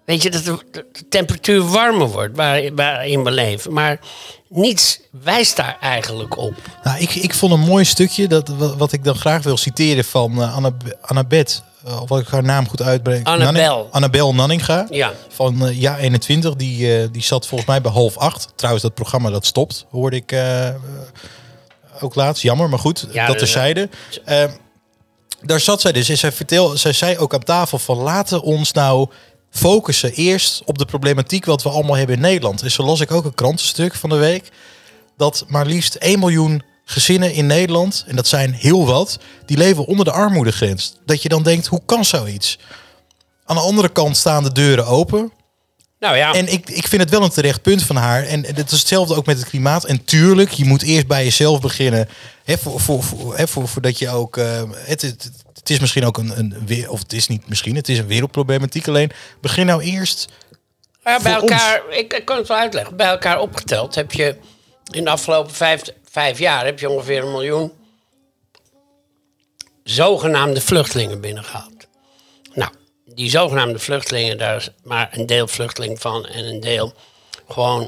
Weet je, dat de, de temperatuur warmer wordt waar, waarin we leven. Maar niets wijst daar eigenlijk op. Nou, ik, ik vond een mooi stukje, dat, wat ik dan graag wil citeren van uh, Anna, Annabeth, uh, of ik haar naam goed uitbreng. Annabel. Annabel Nanninga. Ja. Van uh, Ja eenentwintig. Die, uh, die zat volgens mij bij half acht. Trouwens, dat programma dat stopt, hoorde ik uh, ook laatst. Jammer, maar goed, Ja, dat terzijde. Uh, daar zat zij dus en zij, vertel, zij zei ook aan tafel van laten ons nou focussen eerst op de problematiek wat we allemaal hebben in Nederland. En zo las ik ook een krantenstuk van de week dat maar liefst één miljoen gezinnen in Nederland, en dat zijn heel wat, die leven onder de armoedegrens. Dat je dan denkt, hoe kan zoiets? Aan de andere kant staan de deuren open. Nou ja. En ik, ik vind het wel een terecht punt van haar. En het is hetzelfde ook met het klimaat. En tuurlijk, je moet eerst bij jezelf beginnen. Hè, voor, voor, voor, hè, voor, voordat je ook... Uh, het, het, het is misschien ook een, een... Of het is niet misschien, het is een wereldproblematiek. Alleen, begin nou eerst Ja, bij voor elkaar, ons. ik, ik kan het wel uitleggen. Bij elkaar opgeteld heb je in de afgelopen vijf, vijf jaar heb je ongeveer een miljoen zogenaamde vluchtelingen binnengehaald. Nou, die zogenaamde vluchtelingen, daar is maar een deel vluchteling van en een deel gewoon,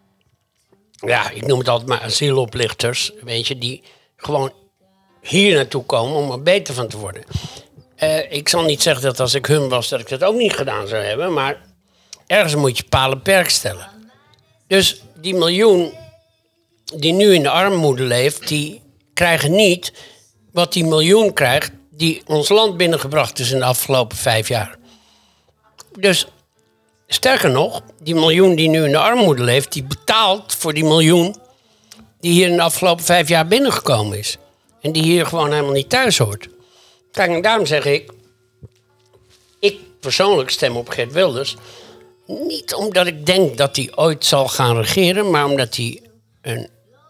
ja, ik noem het altijd maar asieloplichters, weet je, die gewoon hier naartoe komen om er beter van te worden. Uh, ik zal niet zeggen dat als ik hun was dat ik dat ook niet gedaan zou hebben, maar ergens moet je paal en perk stellen. Dus die miljoen die nu in de armoede leeft, die krijgen niet wat die miljoen krijgt die ons land binnengebracht is in de afgelopen vijf jaar. Dus sterker nog, die miljoen die nu in de armoede leeft, die betaalt voor die miljoen die hier in de afgelopen vijf jaar binnengekomen is. En die hier gewoon helemaal niet thuis hoort. Kijk, en daarom zeg ik, ik persoonlijk stem op Geert Wilders. Niet omdat ik denk dat hij ooit zal gaan regeren, maar omdat hij een,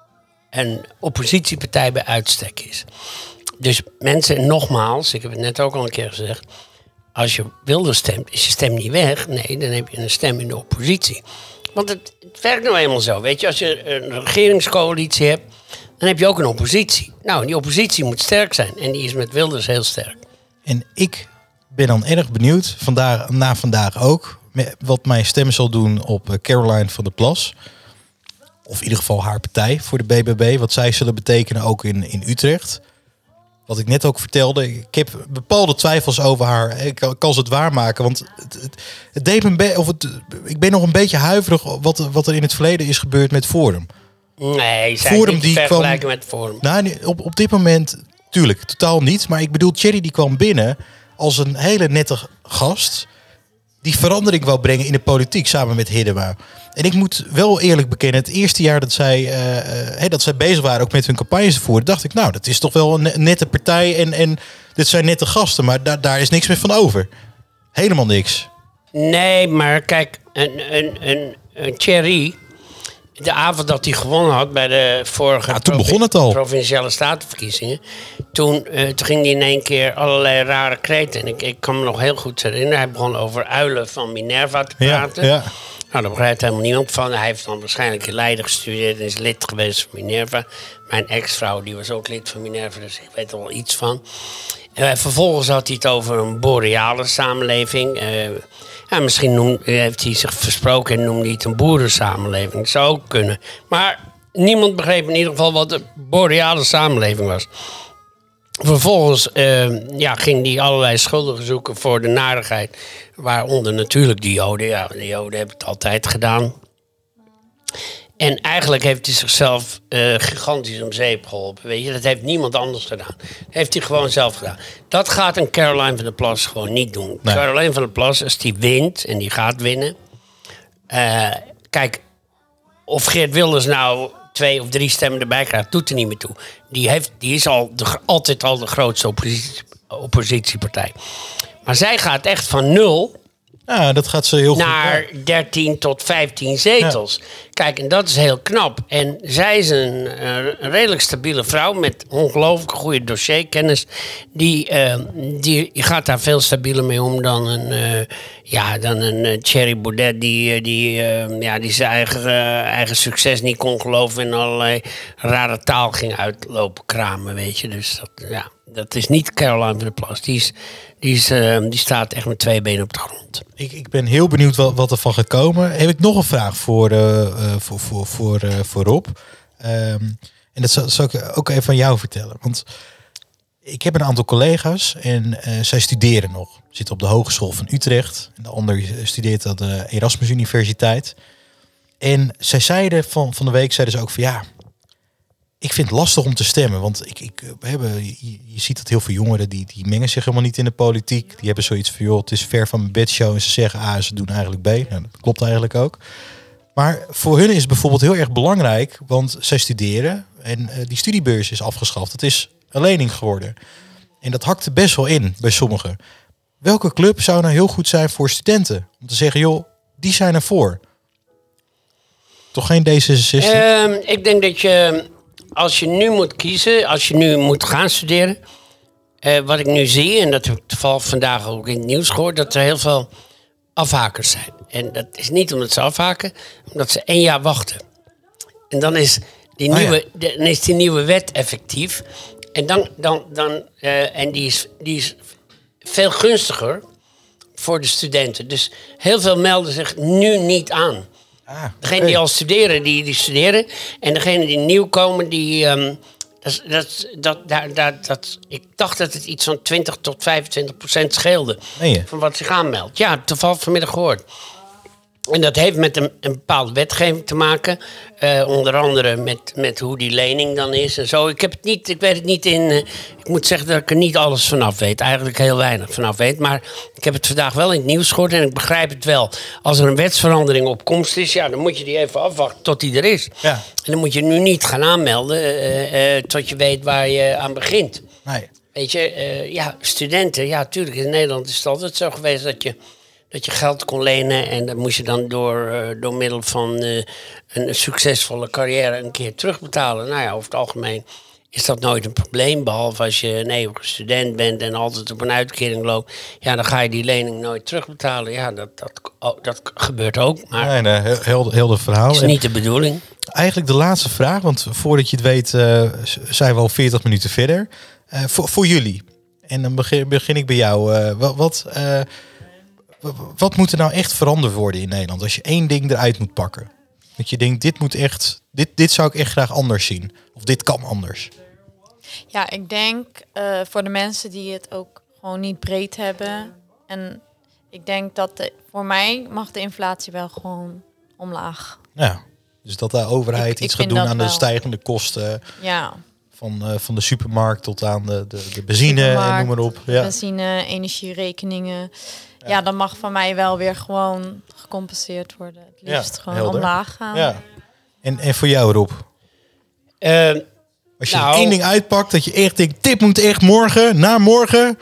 een oppositiepartij bij uitstek is. Dus mensen, nogmaals, ik heb het net ook al een keer gezegd, als je Wilders stemt, is je stem niet weg. Nee, dan heb je een stem in de oppositie. Want het, het werkt nou eenmaal zo, weet je. Als je een regeringscoalitie hebt, dan heb je ook een oppositie. Nou, die oppositie moet sterk zijn. En die is met Wilders heel sterk. En ik ben dan erg benieuwd, vandaag, na vandaag ook, wat mijn stem zal doen op Caroline van der Plas. Of in ieder geval haar partij voor de B B B. Wat zij zullen betekenen ook in, in Utrecht. Wat ik net ook vertelde. Ik heb bepaalde twijfels over haar. Ik kan ze het waarmaken. Want het, het, het deed me een be- of het, ik ben nog een beetje huiverig wat, wat er in het verleden is gebeurd met Forum. Nee, zij Forum niet te die vergelijken kwam, met Forum. Nou, op, op dit moment, tuurlijk, totaal niet. Maar ik bedoel, Thierry die kwam binnen als een hele nette gast die verandering wou brengen in de politiek samen met Hiddema. En ik moet wel eerlijk bekennen, het eerste jaar dat zij, uh, uh, hey, dat zij bezig waren ook met hun campagnes te voeren, dacht ik, nou, dat is toch wel een nette partij en, en dit zijn nette gasten, maar da- daar is niks meer van over. Helemaal niks. Nee, maar kijk, een, een, een, een Thierry, de avond dat hij gewonnen had bij de vorige Ja, toen begon het al. provinciale statenverkiezingen, toen, uh, toen ging hij in één keer allerlei rare kreten. En ik, ik kan me nog heel goed herinneren, hij begon over uilen van Minerva te praten. Ja, ja. Nou, daar begrijpt helemaal niemand van. Hij heeft dan waarschijnlijk in Leiden gestudeerd en is lid geweest van Minerva. Mijn ex-vrouw die was ook lid van Minerva, dus ik weet er wel iets van. En vervolgens had hij het over een boreale samenleving. Uh, ja, misschien noem, heeft hij zich versproken en noemde hij het een boerensamenleving. Dat zou ook kunnen. Maar niemand begreep in ieder geval wat de boreale samenleving was. Vervolgens uh, ja, ging hij allerlei schuldigen zoeken voor de narigheid. Waaronder natuurlijk de Joden. Ja, de Joden hebben het altijd gedaan. En eigenlijk heeft hij zichzelf uh, gigantisch om zeep geholpen. Weet je? Dat heeft niemand anders gedaan. Dat heeft hij gewoon zelf gedaan. Dat gaat een Caroline van der Plas gewoon niet doen. Nee. Caroline van der Plas, als die wint, en die gaat winnen. Uh, kijk, of Geert Wilders nou twee of drie stemmen erbij krijgt, doet er niet meer toe. Die, heeft, die is al de, altijd al de grootste oppositie, oppositiepartij. Maar zij gaat echt van nul Ja, dat gaat ze heel naar goed. dertien tot vijftien zetels. Ja. Kijk, en dat is heel knap. En zij is een, uh, een redelijk stabiele vrouw met ongelooflijk goede dossierkennis. Die, uh, die gaat daar veel stabieler mee om dan een, uh, ja, dan een uh, Thierry Baudet die, uh, die, uh, ja, die zijn eigen, uh, eigen succes niet kon geloven en allerlei rare taal ging uitlopen kramen, weet je. Dus dat, ja, dat is niet Caroline van der Plas. Die, is, die, is, uh, die staat echt met twee benen op de grond. Ik, ik ben heel benieuwd wat, wat er van gaat komen. Heb ik nog een vraag voor, uh, uh, voor, voor, voor, uh, voor Rob. Um, en dat zal, zal ik ook even aan jou vertellen. Want ik heb een aantal collega's en uh, zij studeren nog. Zitten op de Hogeschool van Utrecht. En de ander studeert aan de Erasmus Universiteit. En zij zeiden van, van de week zeiden ze ook van ja, ik vind het lastig om te stemmen. Want ik, ik, we hebben, je, je ziet dat heel veel jongeren die, die mengen zich helemaal niet in de politiek. Die hebben zoiets van joh, het is ver van mijn bedshow. En ze zeggen A, ze doen eigenlijk B. Nou, dat klopt eigenlijk ook. Maar voor hun is het bijvoorbeeld heel erg belangrijk. Want zij studeren en uh, die studiebeurs is afgeschaft. Het is een lening geworden. En dat hakt er best wel in bij sommigen. Welke club zou nou heel goed zijn voor studenten? Om te zeggen joh, die zijn ervoor. Toch geen D zesenzestig? Uh, ik denk dat je, als je nu moet kiezen, als je nu moet gaan studeren, uh, wat ik nu zie, en dat heb ik toevallig vandaag ook in het nieuws gehoord, dat er heel veel afhakers zijn. En dat is niet omdat ze afhaken, omdat ze één jaar wachten. En dan is die oh, nieuwe, ja. dan is die nieuwe wet effectief. En dan, dan, dan uh, en die is, die is veel gunstiger voor de studenten. Dus heel veel melden zich nu niet aan. Ah, Degenen okay. die al studeren, die, die studeren. En degenen die nieuw komen, die... Um, dat, dat, dat, dat, dat, dat, ik dacht dat het iets van twintig tot vijfentwintig procent scheelde. Meen je? Van wat zich aanmeldt. Ja, toevallig vanmiddag gehoord. En dat heeft met een, een bepaalde wetgeving te maken. Uh, onder andere met, met hoe die lening dan is en zo. Ik heb het niet, ik weet het niet in... Uh, ik moet zeggen dat ik er niet alles vanaf weet. Eigenlijk heel weinig vanaf weet. Maar ik heb het vandaag wel in het nieuws gehoord en ik begrijp het wel. Als er een wetsverandering op komst is, ja, dan moet je die even afwachten tot die er is. Ja. En dan moet je nu niet gaan aanmelden uh, uh, tot je weet waar je aan begint. Nee. Weet je, uh, ja, studenten, ja, tuurlijk, in Nederland is het altijd zo geweest dat je... dat je geld kon lenen en dat moest je dan door, uh, door middel van uh, een succesvolle carrière een keer terugbetalen. Nou ja, over het algemeen is dat nooit een probleem, behalve als je een eeuwige student bent en altijd op een uitkering loopt. Ja, dan ga je die lening nooit terugbetalen. Ja, dat, dat, oh, dat gebeurt ook, maar Nee, nee, heel, heel, heel de verhaal. dat is niet de bedoeling. Eigenlijk de laatste vraag, want voordat je het weet uh, zijn we al veertig minuten verder. Uh, voor, voor jullie. En dan begin, begin ik bij jou. Uh, wat, wat, uh, wat moet er nou echt veranderd worden in Nederland? Als je één ding eruit moet pakken. Dat je denkt, dit moet echt, dit, dit zou ik echt graag anders zien. Of dit kan anders. Ja, ik denk uh, voor de mensen die het ook gewoon niet breed hebben. En ik denk dat de, voor mij mag de inflatie wel gewoon omlaag. Ja, dus dat de overheid Ik- ik iets gaat vind doen dat aan de wel. stijgende kosten. Ja, Van, uh, van de supermarkt tot aan de, de, de benzine en supermarkt, noem maar op. Ja. benzine, energierekeningen. Ja. ja, dan mag van mij wel weer gewoon gecompenseerd worden. Het liefst Ja, gewoon helder. omlaag gaan. Ja. En, en voor jou, Rob? Uh, Als je Nou. er één ding uitpakt dat je echt denkt, dit moet echt morgen, na morgen.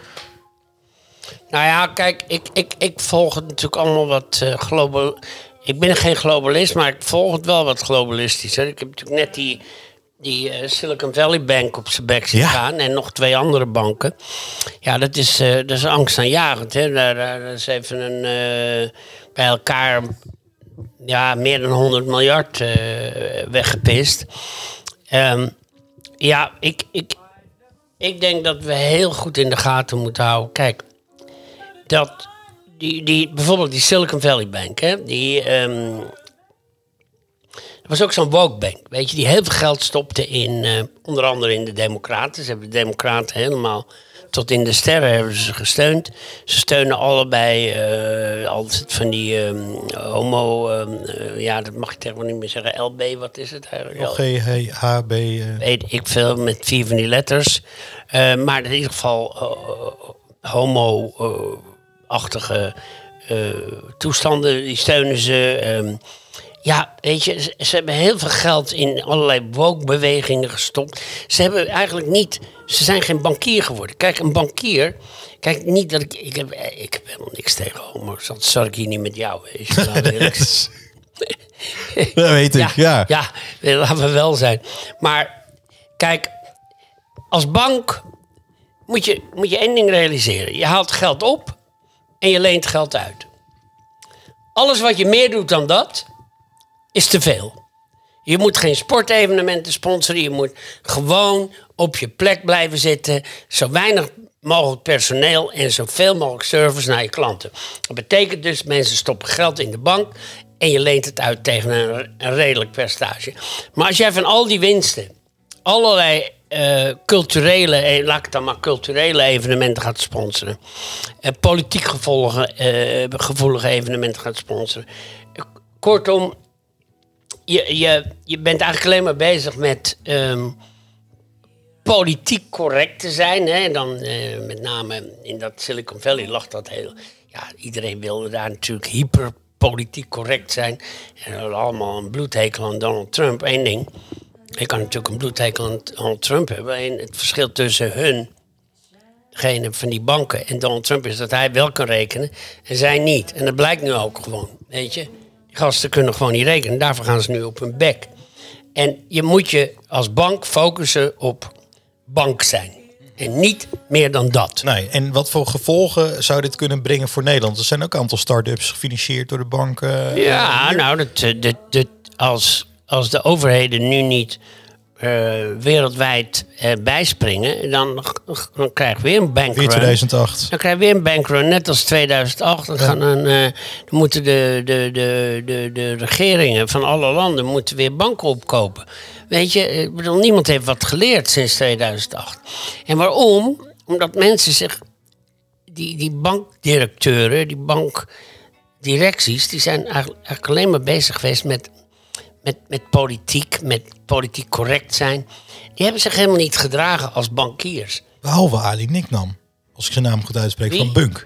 Nou ja, kijk, ik, ik, ik volg het natuurlijk allemaal wat uh, global. Ik ben geen globalist, maar ik volg het wel wat globalistisch. Hè. Ik heb natuurlijk net die, die uh, Silicon Valley Bank op zijn bek zien Ja. gaan en nog twee andere banken. Ja, dat is, uh, dat is angstaanjagend. Hè. Daar, daar is even een, uh, bij elkaar ja, meer dan honderd miljard uh, weggepist. Um, ja, ik, ik, ik denk dat we heel goed in de gaten moeten houden. Kijk, dat die, die, bijvoorbeeld die Silicon Valley Bank, hè, die um, er was ook zo'n woke bank, weet je, die heel veel geld stopte in, uh, onder andere in de Democraten. Ze hebben de Democraten helemaal tot in de sterren hebben ze gesteund. Ze steunen allebei uh, altijd van die um, homo, um, uh, ja, dat mag ik tegenwoordig niet meer zeggen, L B, wat is het eigenlijk? G, H, B. Uh. Weet ik veel, met vier van die letters. Uh, maar in ieder geval uh, homo-achtige uh, toestanden, die steunen ze. Um, ja, weet je, ze, ze hebben heel veel geld in allerlei woke-bewegingen gestopt. Ze hebben eigenlijk niet, ze zijn geen bankier geworden. Kijk, een bankier, kijk, niet dat ik, ik heb, ik heb helemaal niks tegen homo's, dat zal ik hier niet met jou, weet je. Dat weet ik, ja. Ja, ja, laten we wel zijn. Maar kijk, als bank moet je, moet je één ding realiseren. Je haalt geld op en je leent geld uit. Alles wat je meer doet dan dat, is te veel. Je moet geen sportevenementen sponsoren. Je moet gewoon op je plek blijven zitten. Zo weinig mogelijk personeel en zoveel mogelijk service naar je klanten. Dat betekent dus, mensen stoppen geld in de bank en je leent het uit tegen een, een redelijk percentage. Maar als jij van al die winsten allerlei uh, culturele, eh, laat ik het dan maar culturele evenementen gaat sponsoren, uh, politiek gevolgen, uh, gevoelige evenementen gaat sponsoren. Kortom, je, je, je bent eigenlijk alleen maar bezig met um, politiek correct te zijn. Hè? Dan uh, met name in dat Silicon Valley lag dat heel. Ja, iedereen wilde daar natuurlijk hyper politiek correct zijn. En we hadden allemaal een bloedhekel aan Donald Trump. Eén ding. Je kan natuurlijk een bloedhekel aan Donald Trump hebben. En het verschil tussen hun, degene van die banken, en Donald Trump is dat hij wel kan rekenen en zij niet. En dat blijkt nu ook gewoon, weet je. Die gasten kunnen gewoon niet rekenen. Daarvoor gaan ze nu op hun bek. En je moet je als bank focussen op bank zijn. En niet meer dan dat. Nee, en wat voor gevolgen zou dit kunnen brengen voor Nederland? Er zijn ook een aantal start-ups gefinancierd door de banken. Ja, nou, dat, dat, dat, als, als de overheden nu niet uh, wereldwijd uh, bijspringen, dan, dan krijg je weer een bankrun. Weer tweeduizend acht. Dan krijg je weer een bankrun, net als tweeduizend acht. Dan, gaan een, uh, dan moeten de, de, de, de, de regeringen van alle landen moeten weer banken opkopen. Weet je, ik bedoel, niemand heeft wat geleerd sinds tweeduizend acht. En waarom? Omdat mensen zich, die, die bankdirecteuren, die bankdirecties, die zijn eigenlijk, eigenlijk alleen maar bezig geweest met, met, met politiek, met politiek correct zijn. Die hebben zich helemaal niet gedragen als bankiers. Behalve Ali Nicknam, als ik zijn naam goed uitspreek, Wie? van Bunk.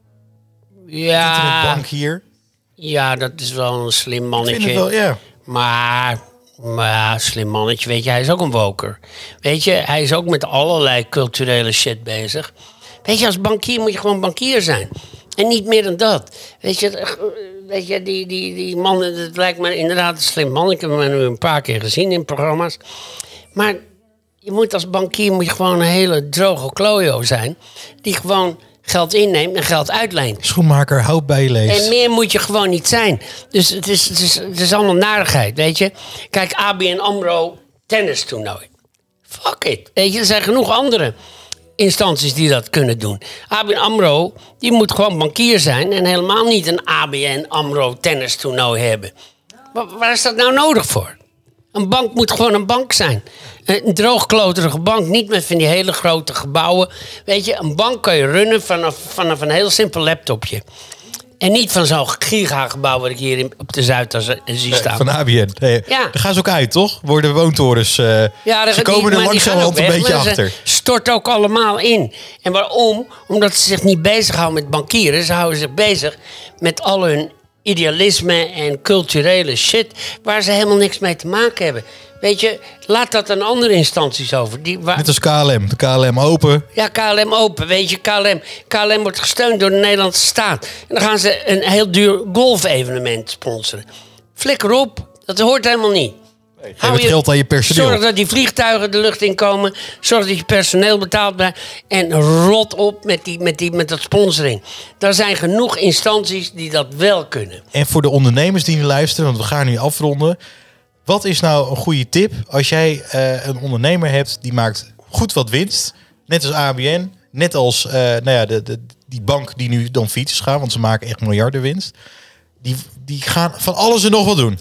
Ja, Internetbankier. ja, dat is wel een slim Ik mannetje. vind het wel, ja. Maar, maar slim mannetje, weet je, hij is ook een woker. Weet je, hij is ook met allerlei culturele shit bezig. Weet je, als bankier moet je gewoon bankier zijn. En niet meer dan dat. Weet je, weet je die, die, die man, het lijkt me inderdaad een slim man. Ik heb hem nu een paar keer gezien in programma's. Maar je moet als bankier moet je gewoon een hele droge klojo zijn. Die gewoon geld inneemt en geld uitleent. Schoenmaker, hout bij je leest. En meer moet je gewoon niet zijn. Dus het is, het is, het is allemaal narigheid, weet je. Kijk, A B N AMRO tennistoernooi. Fuck it. Weet je, er zijn genoeg andere instanties die dat kunnen doen. A B N AMRO, die moet gewoon bankier zijn en helemaal niet een A B N AMRO tennistoernooi hebben. Waar, waar is dat nou nodig voor? Een bank moet gewoon een bank zijn. Een droogkloterige bank, niet met van die hele grote gebouwen. Weet je, een bank kan je runnen vanaf, vanaf een heel simpel laptopje. En niet van zo'n gigagebouw wat ik hier in, op de Zuidas zie staan. Van A B N. Nee, Ja. Daar gaan ze ook uit, toch? Worden woontorens. Uh, Ja, ze komen er langzamerhand een beetje achter. Ze stort ook allemaal in. En waarom? Omdat ze zich niet bezighouden met bankieren. Ze houden zich bezig met al hun idealisme en culturele shit waar ze helemaal niks mee te maken hebben. Weet je, laat dat aan andere instanties over. Die, waar... Net als K L M. De K L M open. Ja, K L M open. Weet je, K L M, K L M wordt gesteund door de Nederlandse staat. En dan gaan ze een heel duur golfevenement sponsoren. Flikker op. Dat hoort helemaal niet. Geef het geld aan je personeel. Zorg dat die vliegtuigen de lucht in komen. Zorg dat je personeel betaald blijft. En rot op met, die, met, die, met dat sponsoring. Er zijn genoeg instanties die dat wel kunnen. En voor de ondernemers die nu luisteren, want we gaan nu afronden. Wat is nou een goede tip als jij uh, een ondernemer hebt die maakt goed wat winst? Net als A B N, net als uh, nou ja, de, de, die bank die nu dan fiets gaan, want ze maken echt miljarden winst. Die, die gaan van alles en nog wat doen.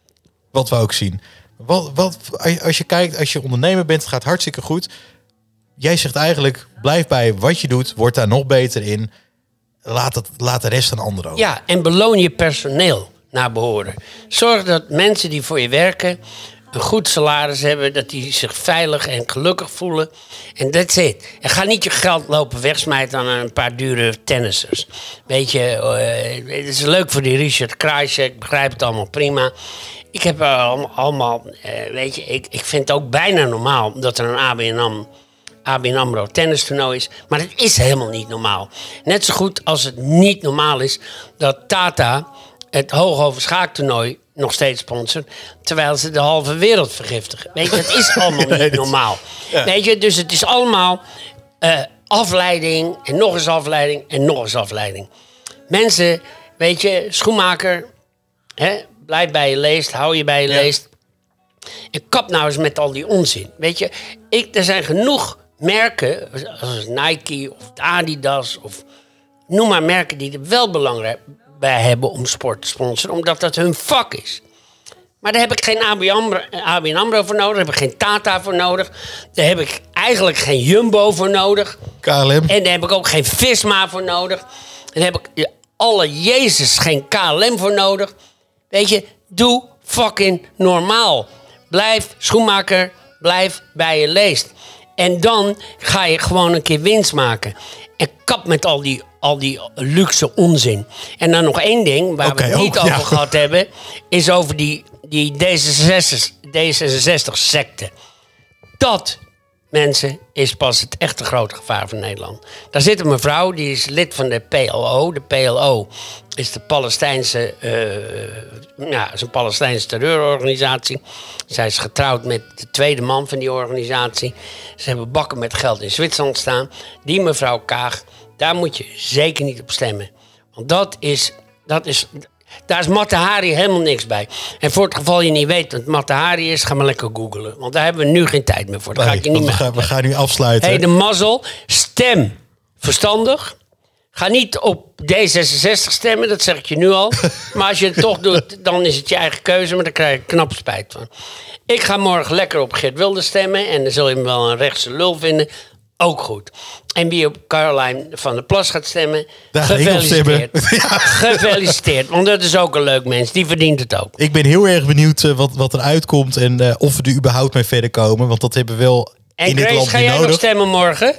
Wat we ook zien. Wat, wat, als je kijkt, als je ondernemer bent, het gaat hartstikke goed. Jij zegt eigenlijk, blijf bij wat je doet, word daar nog beter in. Laat, het, laat de rest aan anderen over. Ja, en beloon je personeel naar behoren. Zorg dat mensen die voor je werken een goed salaris hebben, dat die zich veilig en gelukkig voelen. En that's it. En ga niet je geld lopen wegsmijten aan een paar dure tennissers. Weet je, uh, het is leuk voor die Richard Krajicek, ik begrijp het allemaal prima. Ik heb uh, allemaal, allemaal uh, weet je, ik, ik vind het ook bijna normaal dat er een A B N AMRO A B N AMRO tennistoernooi is. Maar het is helemaal niet normaal. Net zo goed als het niet normaal is dat Tata het Hoogover schaaktoernooi nog steeds sponsoren, terwijl ze de halve wereld vergiftigen. Weet je, dat is allemaal niet normaal. Ja. Weet je, dus het is allemaal uh, afleiding en nog eens afleiding en nog eens afleiding. Mensen, weet je, schoenmaker, hè, blijf bij je leest, hou je bij je ja. leest. En kap nou eens met al die onzin. Weet je, ik, er zijn genoeg merken, als Nike of Adidas of noem maar merken die er wel belangrijk bij hebben om sport te sponsoren, omdat dat hun vak is. Maar daar heb ik geen A B N AMRO, A B N AMRO voor nodig, daar heb ik geen Tata voor nodig, daar heb ik eigenlijk geen Jumbo voor nodig. K L M. En daar heb ik ook geen Visma voor nodig. Daar heb ik alle Jezus geen K L M voor nodig. Weet je, doe fucking normaal. Blijf schoenmaker, blijf bij je leest. En dan ga je gewoon een keer winst maken. En kap met al die, al die luxe onzin. En dan nog één ding, waar okay, we het niet ook, over ja. gehad hebben, is over die, die D zesenzestig-secte. Dat, mensen, is pas het echte grote gevaar van Nederland. Daar zit een mevrouw, die is lid van de P L O. De P L O is de Palestijnse, uh, ja, is een Palestijnse terreurorganisatie. Zij is getrouwd met de tweede man van die organisatie. Ze hebben bakken met geld in Zwitserland staan. Die mevrouw Kaag, daar moet je zeker niet op stemmen. Want dat is, dat is, daar is Mata Hari helemaal niks bij. En voor het geval je niet weet wat Mata Hari is, ga maar lekker googlen. Want daar hebben we nu geen tijd meer voor. Daar nee, ga ik je niet we, meer gaan, we gaan nu afsluiten. Hey, de mazzel. Stem verstandig. Ga niet op D zesenzestig stemmen, dat zeg ik je nu al. Maar als je het toch doet, dan is het je eigen keuze. Maar daar krijg je knap spijt van. Ik ga morgen lekker op Geert Wilders stemmen. En dan zul je hem wel een rechtse lul vinden. Ook goed. En wie op Caroline van der Plas gaat stemmen, daar gefeliciteerd. Ja. Gefeliciteerd, want dat is ook een leuk mens. Die verdient het ook. Ik ben heel erg benieuwd uh, wat, wat er uitkomt en uh, of we er überhaupt mee verder komen. Want dat hebben we wel en in Grace, dit land ga niet jij nodig. nog stemmen morgen?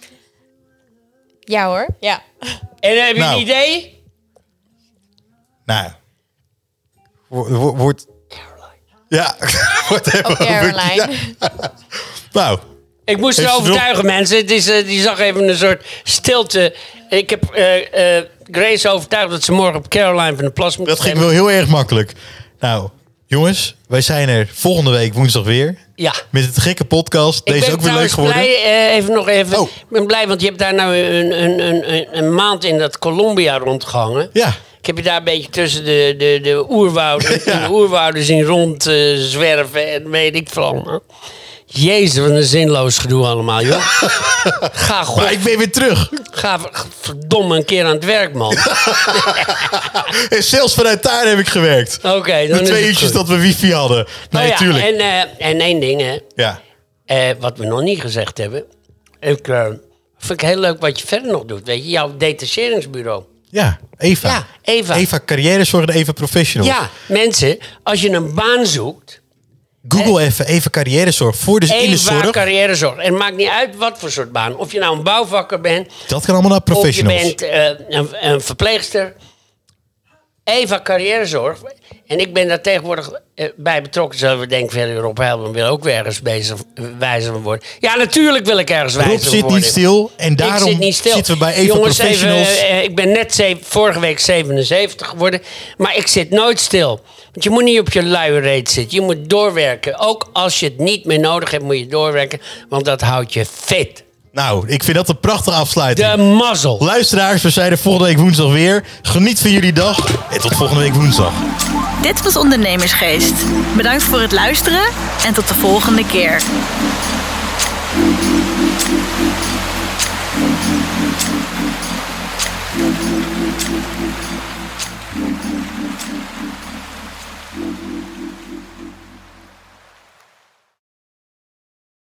Ja hoor, ja. En heb je nou, een idee? Nou, wordt... wordt ja, wordt even oh, Caroline. Ja. Nou... Ik moest er overtuigen, mensen. Het is, uh, die zag even een soort stilte. Ik heb uh, uh, Grace overtuigd dat ze morgen op Caroline van der Plas moet Dat stemmen. ging wel heel erg makkelijk. Nou, jongens, wij zijn er volgende week woensdag weer. Ja. Met het gekke podcast. Ik Deze ben ook weer leuk geworden. Blij, uh, even nog even. Oh. Ik ben blij, want je hebt daar nou een, een, een, een maand in dat Colombia rondgehangen. Ja. Ik heb je daar een beetje tussen de, de, de oerwouden, ja. de oerwouden zien rond uh, zwerven en weet ik veel allemaal. Jezus, wat een zinloos gedoe allemaal, joh. Ga god. Maar ik ben weer terug. Ga verdomme een keer aan het werk, man. En zelfs vanuit daar heb ik gewerkt. Oké, okay, dan de twee uurtjes dat we wifi hadden. Nee, oh ja, tuurlijk. En, uh, en één ding, hè. Ja. Uh, wat we nog niet gezegd hebben. Ik uh, vind ik heel leuk wat je verder nog doet. Weet je, jouw detacheringsbureau. Ja, Eva. Ja, Eva. Eva carrièrezorg en Eva professional. Ja, mensen, als je een baan zoekt... Google eh, even Eva carrièrezorg voor dus in de zorg. Eva carrièrezorg. En het maakt niet uit wat voor soort baan. Of je nou een bouwvakker bent. Dat kan allemaal naar professionals. Of je bent uh, een, een verpleegster. Eva carrièrezorg. En ik ben daar tegenwoordig uh, bij betrokken. Zullen we denken, veel Rob Heilman wil ook weer ergens bezig, wijzer van worden. Ja, natuurlijk wil ik ergens wijzer Rob van zit worden. niet stil. En daarom zit niet stil. zitten we bij Eva Jongens, professionals. Even, uh, ik ben net zeven, vorige week zevenenzeventig geworden. Maar ik zit nooit stil. Want je moet niet op je luie reet zitten. Je moet doorwerken. Ook als je het niet meer nodig hebt, moet je doorwerken. Want dat houdt je fit. Nou, ik vind dat een prachtige afsluiting. De mazzel. Luisteraars, we zijn er volgende week woensdag weer. Geniet van jullie dag en tot volgende week woensdag. Dit was Ondernemersgeest. Bedankt voor het luisteren en tot de volgende keer.